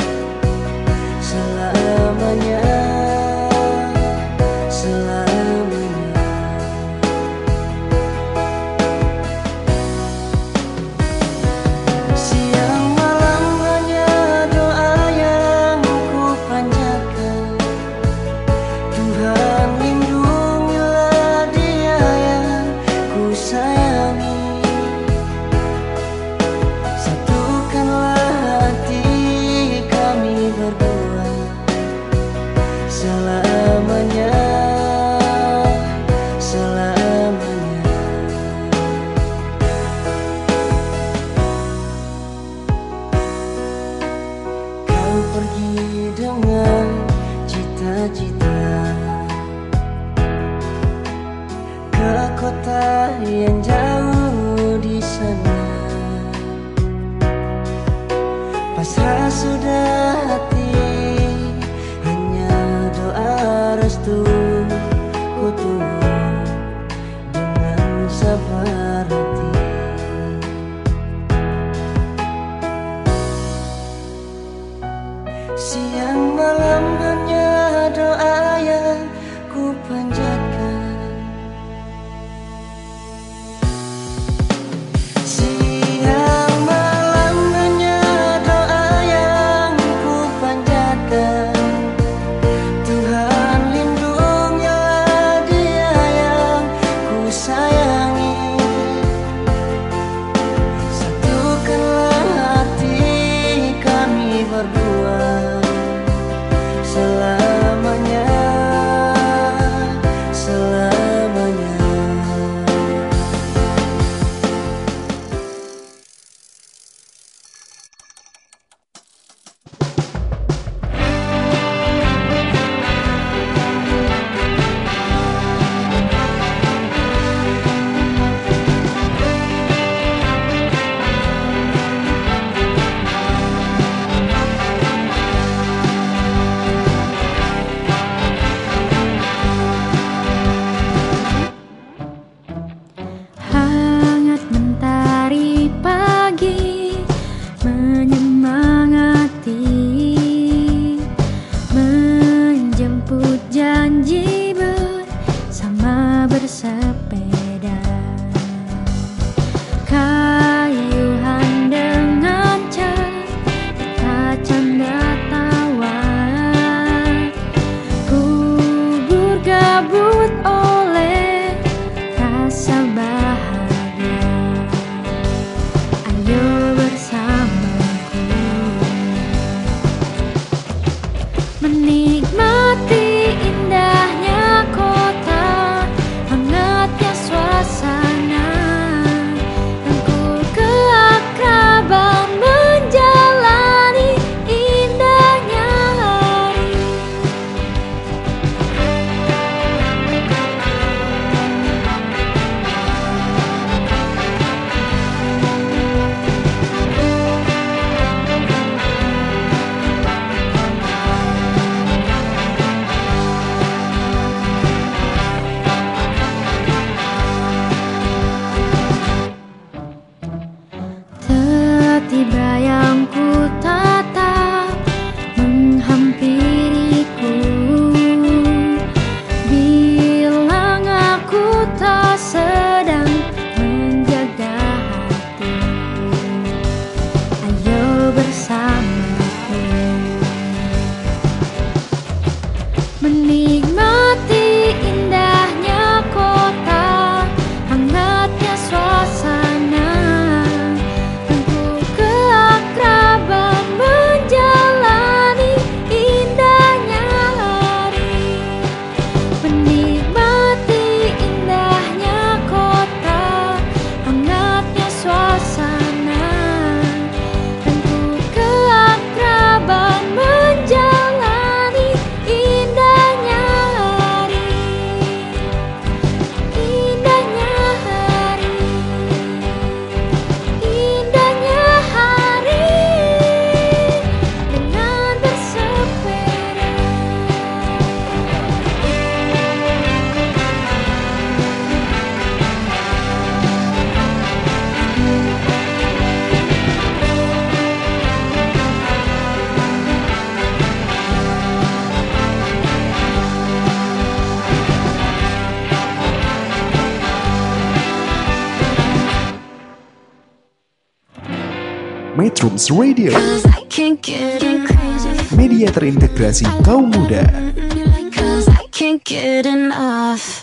selamanya, selamanya. Siang malam hanya doa yang ku panjatkan. Tuhan lindungilah dia yang ku sayangi. Satukanlah hati kami berdua selamanya, selamanya. Kau pergi dengan cita-cita ke kota yang jauh di sana. Pasrah sudah hati, hanya doa restu Metrums Radio, Cause I can't get enough. media terintegrasi kaum muda. Cause I can't get enough.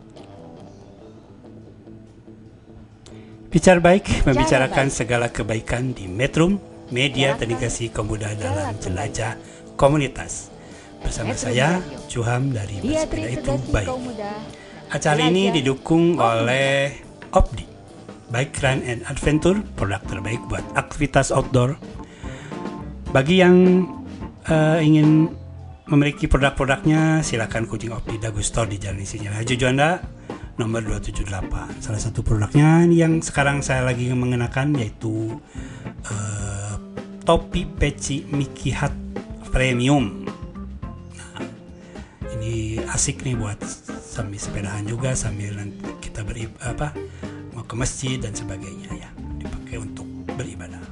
Bicara baik, membicarakan segala kebaikan di Metrum, media terintegrasi kaum muda dalam jelajah komunitas. Bersama saya, Juham dari Bersepeda Itu Baik. Acara ini didukung oleh Opdi, Bike Run and Adventure, produk terbaik buat aktivitas outdoor. Bagi yang uh, ingin memiliki produk-produknya, silakan kunjungi Opdi Dagu Store di Jalan Insinyur Haji Juanda, nomor dua tujuh delapan. Salah satu produknya yang sekarang saya lagi mengenakan yaitu uh, topi peci Mickey Hat Premium. Nah, ini asik nih buat sambil sepedahan juga, sambil nanti kita beri apa mau ke masjid dan sebagainya ya, dipakai untuk beribadah.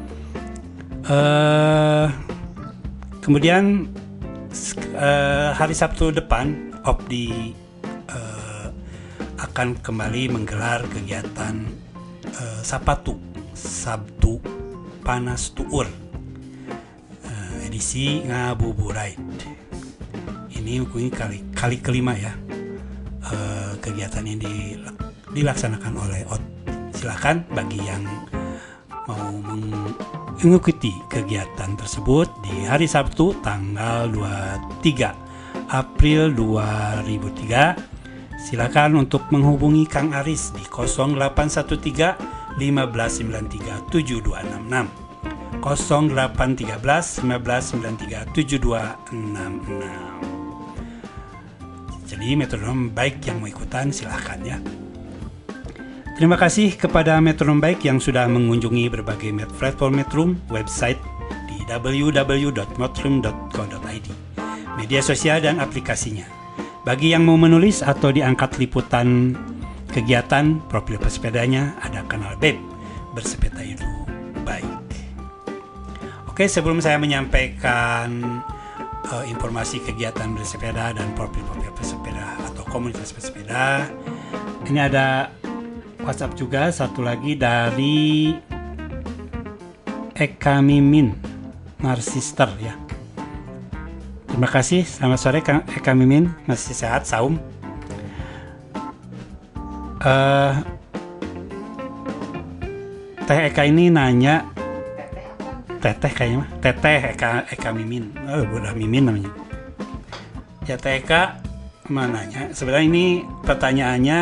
Uh, kemudian uh, hari Sabtu depan Opdi uh, akan kembali menggelar kegiatan uh, Sapatu Sabtu Panas Tuur, uh, edisi Ngabuburait. Ini mungkin kali kali kelima ya. Uh, kegiatan ini dilaksanakan oleh O T. Silakan bagi yang mau mengikuti kegiatan tersebut di hari Sabtu tanggal dua puluh tiga April dua ribu tiga. Silakan untuk menghubungi Kang Aris di nol delapan satu tiga lima sembilan tiga tujuh dua enam enam nol delapan satu tiga lima sembilan tiga tujuh dua enam enam. Jadi metronom baik yang mau ikutan silahkan ya. Terima kasih kepada metronom baik yang sudah mengunjungi berbagai platform Metrum, website di w w w dot metrum dot co dot i d, media sosial dan aplikasinya. Bagi yang mau menulis atau diangkat liputan kegiatan profil pesepedanya, ada kanal web Bersepeda Itu Baik. Oke, sebelum saya menyampaikan Uh, informasi kegiatan bersepeda dan profil-profil pesepeda atau komunitas pesepeda, ini ada WhatsApp juga satu lagi dari Eka Mimin Narsister ya. Terima kasih, selamat sore Kang Eka Mimin, masih sehat saum. Uh, Teh Eka ini nanya, Teteh kayaknya mah, Teteh Eka, Eka Mimin, oh udah Mimin namanya. Ya Teh Eka mananya, sebenarnya ini pertanyaannya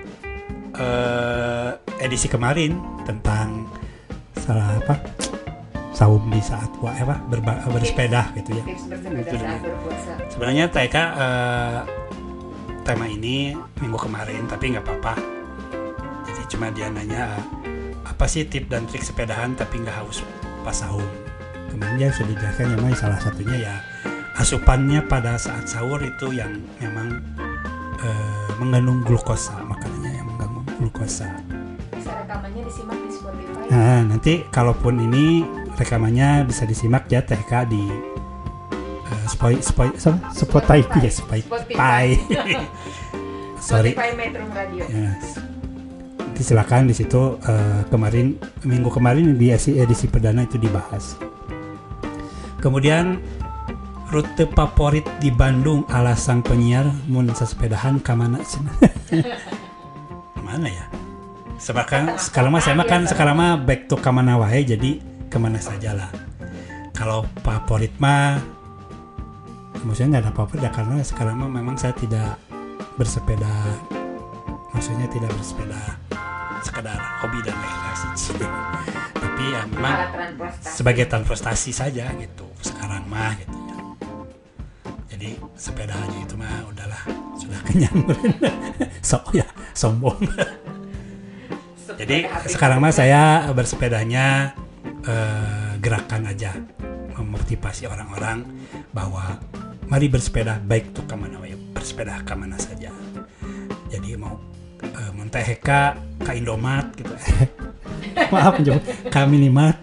eh, edisi kemarin tentang salah apa saum di saat wah apa berba, bersepeda gitu ya. Itu sebenarnya Teh Eka eh, tema ini minggu kemarin tapi nggak apa-apa. Jadi cuma dia nanya apa sih tips dan trik sepedahan tapi nggak haus pas sahur. Kemudian dia sudah dijelaskan memang salah satunya ya asupannya pada saat sahur itu yang memang e, mengandung glukosa, makanannya yang mengandung glukosa. Bisa rekamannya disimak di Spotify. Nah nanti kalaupun ini rekamannya bisa disimak ya T K di uh, Spotify, Spotify, Spotify, ya Spotify. Spotify. Sorry. Spotify Metrum Radio. Yes. Silakan di situ uh, kemarin minggu kemarin di edisi, edisi perdana itu dibahas. Kemudian rute favorit di Bandung ala sang penyiar mun sepedahan ka mana cenah. Mana ya? Sekarang sekarang mah saya mah kan sekarang mah back to ka mana wae jadi kemana saja lah. Kalau favorit mah maksudnya nggak ada favorit ya karena sekarang mah memang saya tidak bersepeda, maksudnya tidak bersepeda sekedar hobi dan rekreasi, tapi ya memang sebagai transportasi saja gitu sekarang mah gitu ya. Jadi sepedanya itu mah udahlah sudah kenyang. Sok ya sombong. Jadi sekarang mah saya bersepedanya eh, gerakan aja, memotivasi orang-orang bahwa mari bersepeda baik tuh kemana ya bersepeda kemana saja. Jadi mau uh, menteh ka ka Indomaret gitu. Maaf njung ka Minimart.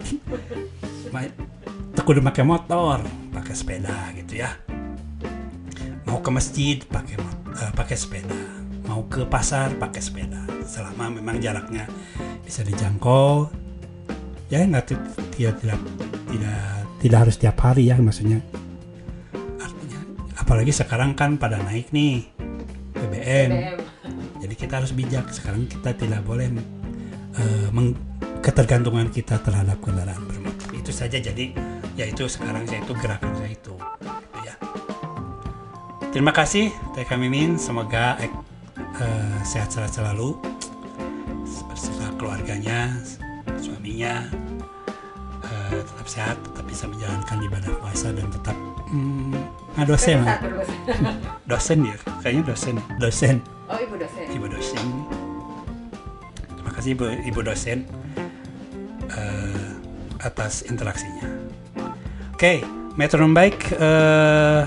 Teu kudu make motor, pakai sepeda gitu ya. Mau ke masjid pakai uh, pakai sepeda. Mau ke pasar pakai sepeda. Selama memang jaraknya bisa dijangkau ya nggak tidak tidak tidak tidak harus tiap hari ya, maksudnya artinya apalagi sekarang kan pada naik nih B B M, jadi kita harus bijak. Sekarang kita tidak boleh uh, meng, ketergantungan kita terhadap kendaraan bermotor itu saja. Jadi ya itu sekarang saya itu gerakan saya itu ya. Terima kasih Teh Mimin, semoga eh, uh, sehat-sehat selalu beserta keluarganya, suaminya, uh, tetap sehat, tetap bisa menjalankan ibadah puasa dan tetap hmm, nah dosen, dosen ya, kayaknya dosen, dosen. Oh ibu dosen. Ibu dosen. Terima kasih ibu, ibu dosen uh, atas interaksinya. Oke, okay, Metronom Bike. Uh,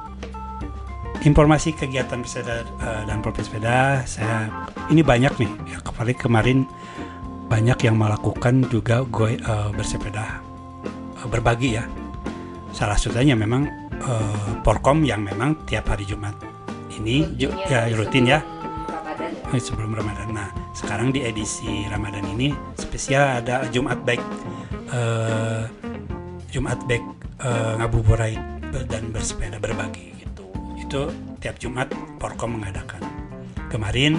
informasi kegiatan pesepeda uh, dan profil sepeda, saya ini banyak nih. Ya, kemarin kemarin banyak yang melakukan juga gue uh, bersepeda uh, berbagi ya. Salah satunya memang uh, Porkom yang memang tiap hari Jumat ini ju- ya rutin ya. Ramadan ya. Sebelum Ramadan. Nah, sekarang di edisi Ramadan ini spesial ada Jumat Bike uh, Jumat Bike uh, ngabuburit dan bersepeda berbagi. Itu tiap Jumat Porkom mengadakan. Kemarin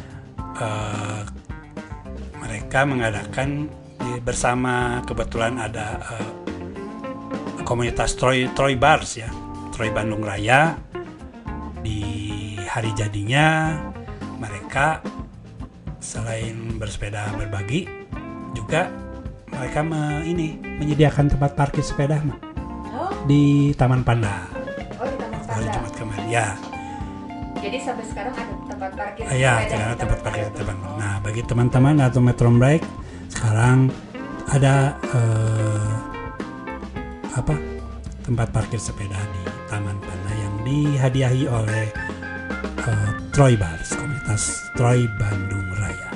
uh, mereka mengadakan di, bersama kebetulan ada uh, komunitas Troy Troy Bars ya, Troy Bandung Raya. Di hari jadinya mereka selain bersepeda berbagi juga mereka me, ini menyediakan tempat parkir sepeda oh. di Taman Panda. Oh, di Taman Panda. Hari Jumat kemarin ya. Jadi sampai sekarang ada tempat parkir sepeda. Iya, sekarang ada tempat parkir sepeda. Nah, bagi teman-teman atau Metronom Bike sekarang ada eh, apa? tempat parkir sepeda di Taman Panda yang dihadiahi oleh eh, Troy Bars, komunitas Troy Bandung Raya.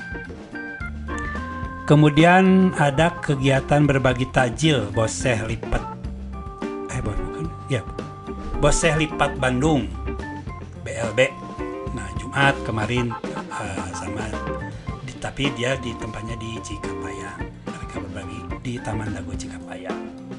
Kemudian ada kegiatan berbagi takjil Boseh Lipat. Eh, bukan? Ya. Boseh Lipat Bandung B L B. Nah, Jumat kemarin uh, sama di, tapi dia di tempatnya di Cikapaya. Mereka berbagi di Taman Dago Cikapaya.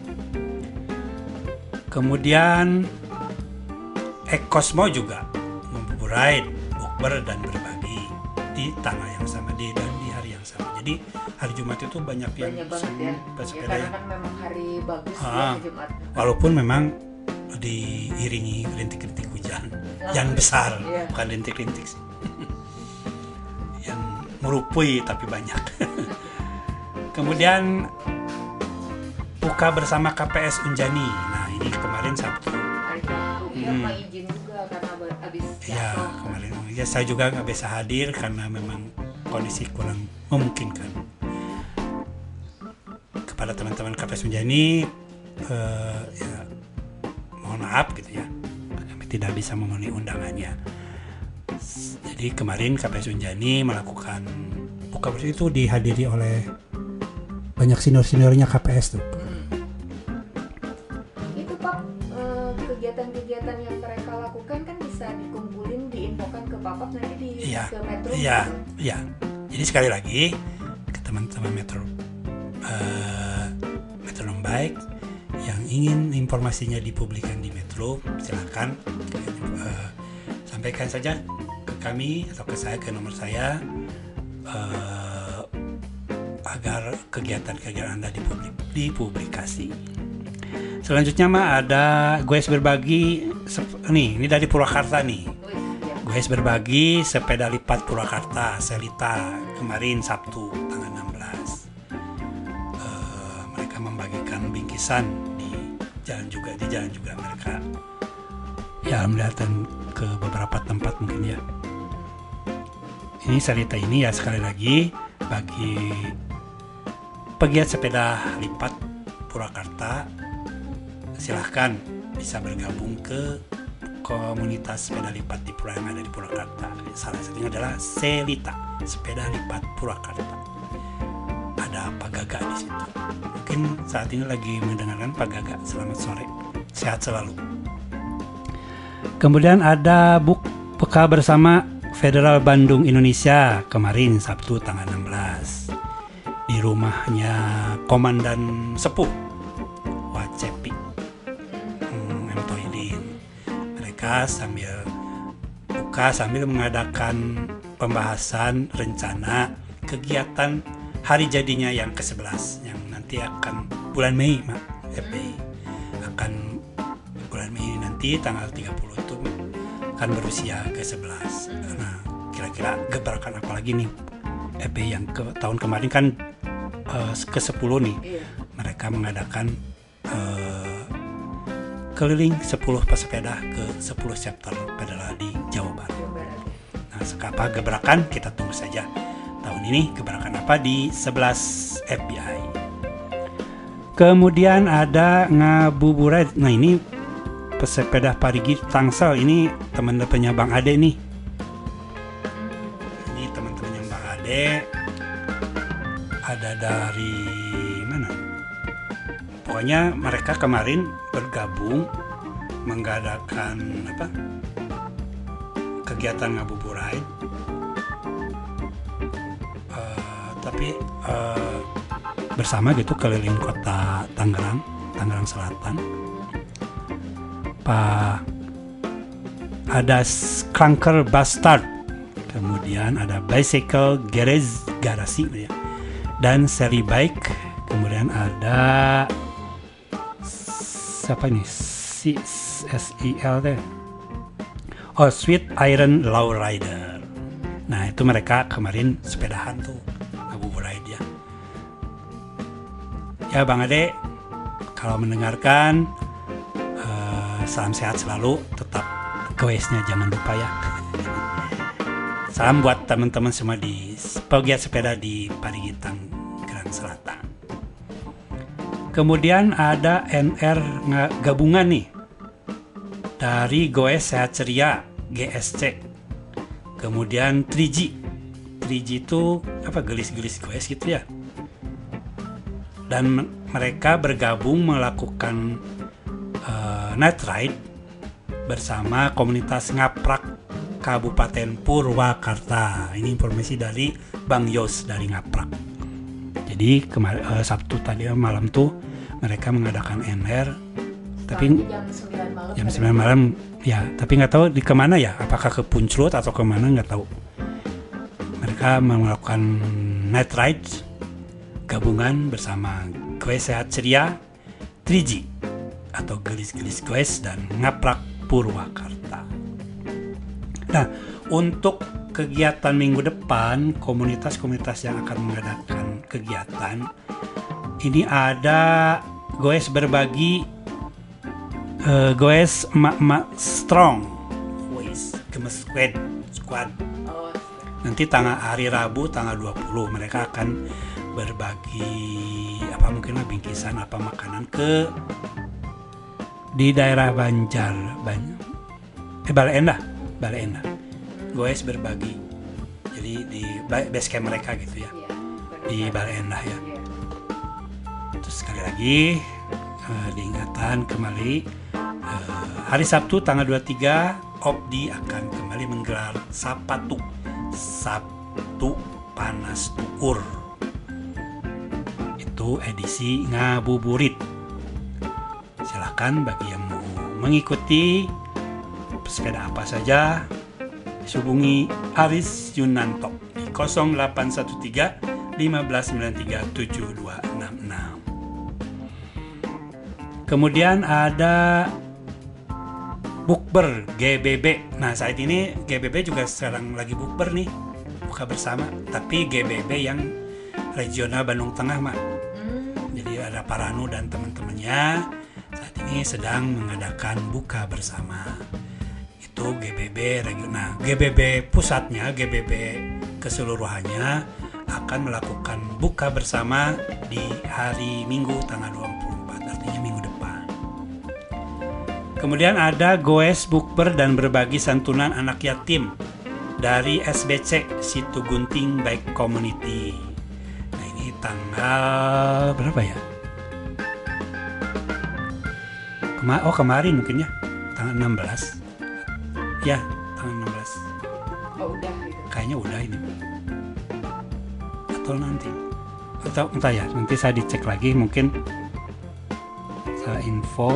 Kemudian Ekosmo juga membuburai, bukber dan berbagi di tanggal yang sama di dan di hari yang sama. Jadi hari Jumat itu banyak, banyak yang banget ya. Ya karena kan memang hari bagus ah, ya Jumat. Walaupun memang diiringi rintik-rintik hujan oh, yang besar, iya. Bukan rintik-rintik sih. Yang merupui tapi banyak. Kemudian buka bersama K P S Unjani. Nah, ini kemarin Sabtu. Hari Sabtu. Dia hmm. izin juga karena habis ya, kemarin. Ya, saya juga nggak bisa hadir karena memang kondisi kurang memungkinkan. Kepada teman-teman K P S Unjani, uh, ya mohon maaf gitu ya, kami tidak bisa memenuhi undangannya. Jadi kemarin K P S Unjani melakukan buka bersama itu dihadiri oleh banyak senior-seniornya K P S tuh. Hmm. Itu Pak, eh, kegiatan-kegiatan yang mereka lakukan kan bisa dikumpulin, diinfokan ke Papap nanti di iya, ke Metro. Iya, iya. Jadi sekali lagi ke teman-teman Metro, uh, Metronom Bike yang ingin informasinya dipublikkan di Metro, silakan uh, sampaikan saja ke kami atau ke saya, ke nomor saya uh, agar kegiatan-kegiatan Anda dipublik, dipublikasi. Selanjutnya mah ada Goes Berbagi nih, ini dari Purwakarta nih. Goes Berbagi sepeda lipat Purwakarta Selita kemarin Sabtu tanggal enam belas. Uh, mereka membagikan bingkisan jalan juga di jalan juga mereka ya melihatkan ke beberapa tempat mungkin ya. Ini Selita ini ya sekali lagi bagi pegiat sepeda lipat Purwakarta silahkan bisa bergabung ke komunitas sepeda lipat di Purwakarta yang ada di Purwakarta. Salah satunya adalah Selita Sepeda Lipat Purwakarta. Ada Pak Gaga di situ. Mungkin saat ini lagi mendengarkan Pak Gaga. Selamat sore, sehat selalu. Kemudian ada buk buka bersama Federal Bandung Indonesia kemarin Sabtu tanggal enam belas di di rumahnya Komandan Sepuh Wacepi, hmm, M. Toilin. Mereka sambil buka sambil mengadakan pembahasan rencana kegiatan hari jadinya yang ke sebelas yang nanti akan bulan Mei, Mak. F B I akan bulan Mei nanti tanggal tiga puluh itu akan berusia ke sebelas. Nah, kira-kira gebrakan apa lagi nih F B I yang ke, tahun kemarin kan uh, ke sepuluh nih. Mereka mengadakan uh, keliling sepuluh pesepeda ke sepuluh chapter pedala di Jawa Barat. Nah, apa gebrakan kita tunggu saja. Tahun ini gebrakan apa di sebelas F B I. Kemudian ada ngabuburit. Nah, ini pesepeda Parigi Tangsel, ini teman-temannya Bang Ade nih. Ini teman-temannya Bang Ade. Ada dari mana? Pokoknya mereka kemarin bergabung mengadakan apa? Kegiatan ngabuburit. Uh, tapi uh, bersama gitu keliling kota Tangerang, Tangerang Selatan. Pak ada Clunker Bastard, kemudian ada Bicycle Garage Garasi ya, dan Seri Bike. Kemudian ada siapa ini? C S I L T. Oh, Sweet Iron Lowrider. Nah, itu mereka kemarin sepedahan tuh ngabuburit ya. Ya Bang Ade, kalau mendengarkan uh, salam sehat selalu, tetap goesnya jangan lupa ya. Salam buat teman-teman semua di pegiat sepeda di Parigi Tangerang Selatan. Kemudian ada N R gabungan nih dari Goes Sehat Ceria G S C. Kemudian tiga G. tiga G itu apa, gelis-gelis goes gitu ya. Dan mereka bergabung melakukan uh, night ride bersama komunitas Ngaprak Kabupaten Purwakarta. Ini informasi dari Bang Yos dari Ngaprak. Jadi kemarin uh, Sabtu tadi malam tuh mereka mengadakan N R, tapi jam sembilan malam. Jam sembilan malam ya, tapi nggak tahu di kemana ya, apakah ke Punclut atau kemana nggak tahu. Mereka melakukan night ride gabungan bersama Goes Sehat Ceria, tiga G atau gelis-gelis goes dan Ngaprak Purwakarta. Nah, untuk kegiatan minggu depan, komunitas-komunitas yang akan mengadakan kegiatan ini ada goes berbagi, uh, goes emak-emak strong, goes gemes squad, squad. Nanti tanggal hari Rabu tanggal dua puluh mereka akan berbagi apa mungkin bingkisan apa makanan ke di daerah Banjar, Banjar eh Bale Endah, Bale Endah. Goes berbagi. Jadi di base camp mereka gitu ya. Di Bale Endah ya. Terus sekali lagi uh, diingatkan kembali uh, hari Sabtu tanggal dua puluh tiga Opdi akan kembali menggelar Sapatu Sabtu Panas Tukur. Itu edisi ngabuburit. Silakan bagi yang mau mengikuti sepeda apa saja hubungi Aris Yunanto di nol delapan satu tiga lima sembilan tiga tujuh dua enam enam. Kemudian ada bukber G B B. Nah, saat ini G B B juga sekarang lagi bukber nih, buka bersama, tapi G B B yang regional Bandung Tengah, Mak. Jadi ada Paranu dan teman-temannya saat ini sedang mengadakan buka bersama. Itu G B B regional. G B B pusatnya, G B B keseluruhannya akan melakukan buka bersama di hari Minggu tanggal dua puluh empat, artinya minggu depan. Kemudian ada goes bukber dan berbagi santunan anak yatim dari S B C Situ Gunting Bike Community. Nah, ini tanggal berapa ya? Kema- oh kemarin mungkin ya, tanggal enam belas. Ya, tanggal enam belas. Oh udah gitu. Kayaknya udah ini. Atau nanti. atau entah ya, nanti saya dicek lagi mungkin saya info.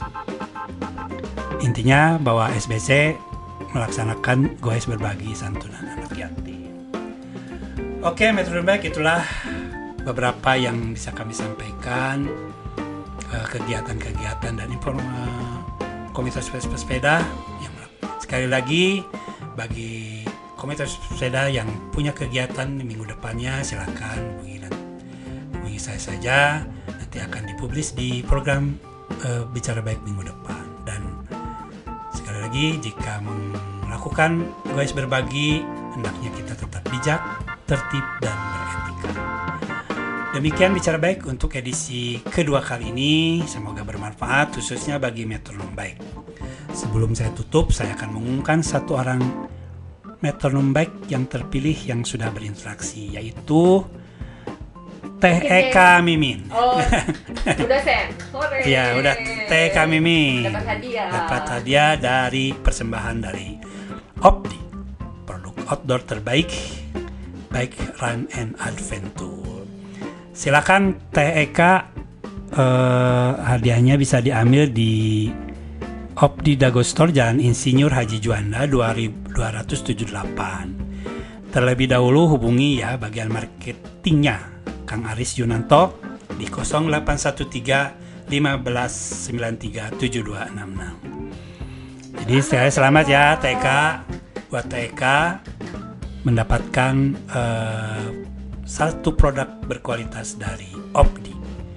Intinya bahwa S B C melaksanakan goes berbagi santunan anak yatim. Oke, Metro Baik, itulah beberapa yang bisa kami sampaikan, uh, kegiatan-kegiatan dan informasi komunitas pesepeda. Yang sekali lagi, bagi komunitas pesepeda yang punya kegiatan di minggu depannya, silakan hubungi, hubungi saya saja. Nanti akan dipublis di program uh, Bicara Baik minggu depan. Dan sekali lagi, jika melakukan goes berbagi, hendaknya kita tetap bijak, tertib, dan beretika. Demikian Bicara Baik untuk edisi kedua kali ini. Semoga bermanfaat khususnya bagi metronom baik. Sebelum saya tutup, saya akan mengumumkan satu orang metronom baik yang terpilih yang sudah berinteraksi, yaitu Teh Eka Mimin. Oh, udah sen. Sore. Iya, udah Teh Eka Mimin. Dapat hadiah. Dapat hadiah dari persembahan dari Opdi, produk outdoor terbaik, Bike Run and Adventure. Silakan Teh Eka, uh, hadiahnya bisa diambil di Opdi Dago Store, Jalan Insinyur Haji Juanda dua ratus tujuh puluh delapan. Terlebih dahulu hubungi ya bagian marketingnya Kang Aris Yunanto di nol delapan satu tiga lima sembilan tiga tujuh dua enam enam. Jadi saya selamat ya Teh Eka, buat Teh Eka mendapatkan uh, satu produk berkualitas dari Opdi,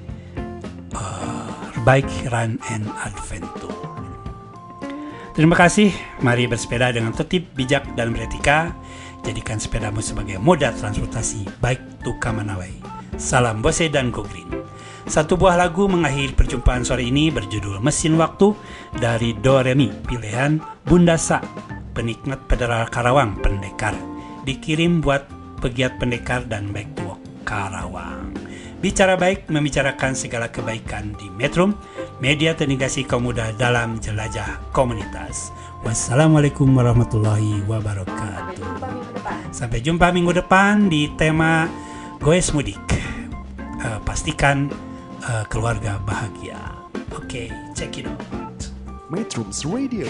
uh, Bike Run and Adventure. Terima kasih. Mari bersepeda dengan tertib, bijak, dan beretika. Jadikan sepedamu sebagai moda transportasi baik to Kamanawai. Salam Bose dan Go Green. Satu buah lagu mengakhiri perjumpaan sore ini berjudul Mesin Waktu dari Do Re Mi, pilihan Bunda Sa, penikmat Federal Karawang Pendekar. Dikirim buat pegiat pendekar dan back to work Karawang. Bicara Baik membicarakan segala kebaikan di Metro, media terintegrasi kaum muda dalam jelajah komunitas. Wassalamualaikum warahmatullahi wabarakatuh. Sampai jumpa minggu depan di tema Goes Mudik. Uh, pastikan uh, keluarga bahagia. Oke, okay, check it out. Metro Radio,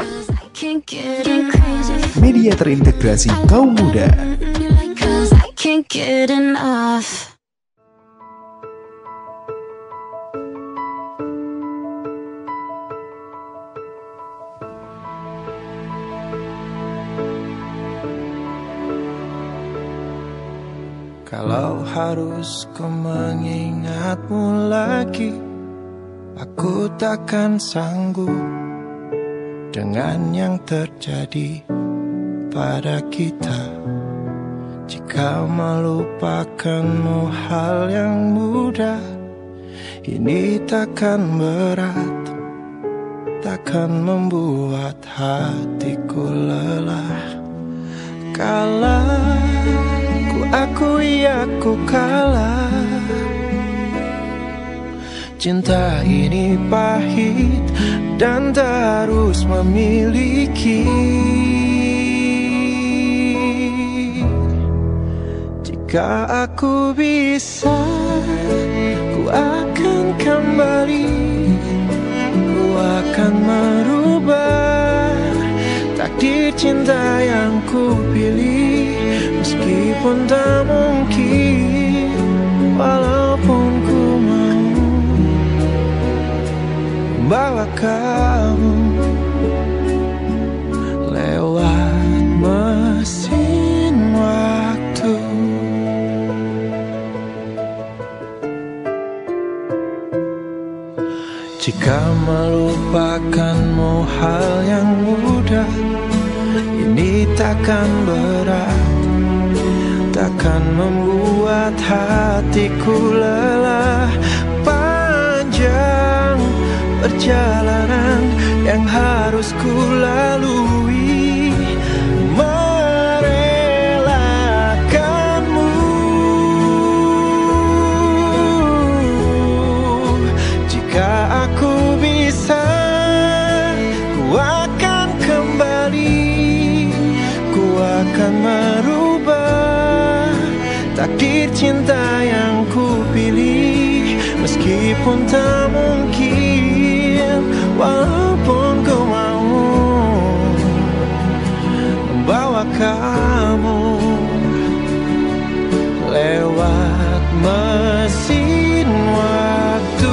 media terintegrasi kaum muda. Can't get enough. Kalau harus ku mengingatmu lagi, aku takkan sanggup dengan yang terjadi pada kita. Jika melupakanmu hal yang mudah, ini takkan berat, takkan membuat hatiku lelah. Kalah, ku akui aku kalah. Cinta ini pahit dan tak harus memiliki. Jika aku bisa, ku akan kembali, ku akan merubah takdir cinta yang ku pilih. Meskipun tak mungkin, walaupun ku mau bawa kamu lewat mesin waktu. Jika melupakanmu hal yang mudah, ini takkan berat, takkan membuat hatiku lelah. Panjang perjalanan yang harus ku lalui, merelakanmu. Jika aku bisa, ku akan kembali, ku akan merubah takdir cinta yang ku pilih. Meskipun tak mungkin, walaupun ku mau membawa kamu lewat mesin waktu.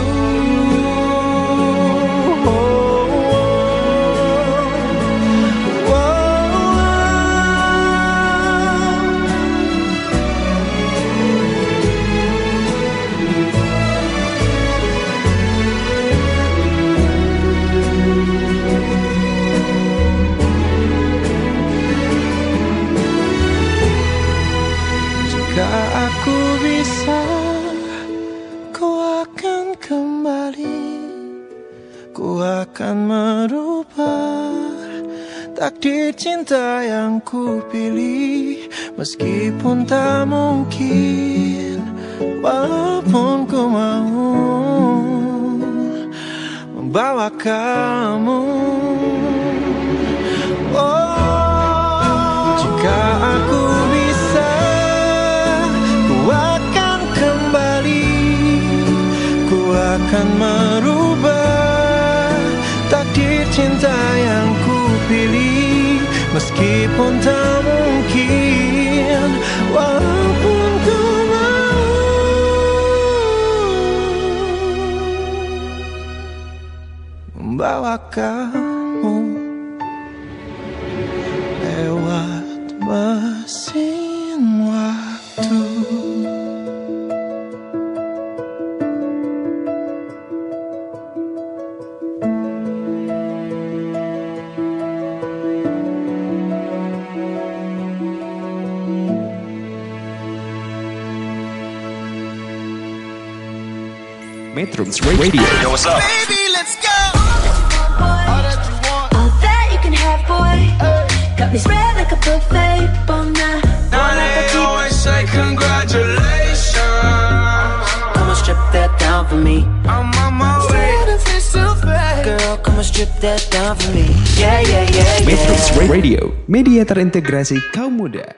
Aku bisa, ku akan kembali, ku akan merubah takdir cinta yang ku pilih. Meskipun tak mungkin, walaupun ku mau membawa kamu. Oh, jika aku bisa, akan merubah takdir cinta yang ku pilih. Meskipun tak mungkin, walaupun ku mau membawa kamu lewat mesin waktu. Metrums Radio. Yo, what's up? Baby, let's go. All that you want, all that you can have, boy. Got me spread like a buffet, bon now. Now they always say congratulations. Come on, strip that down for me. I'm on my way. Girl, come on, strip that down for me. Yeah, yeah, yeah, yeah. Metrums Radio, media terintegrasi kaum muda.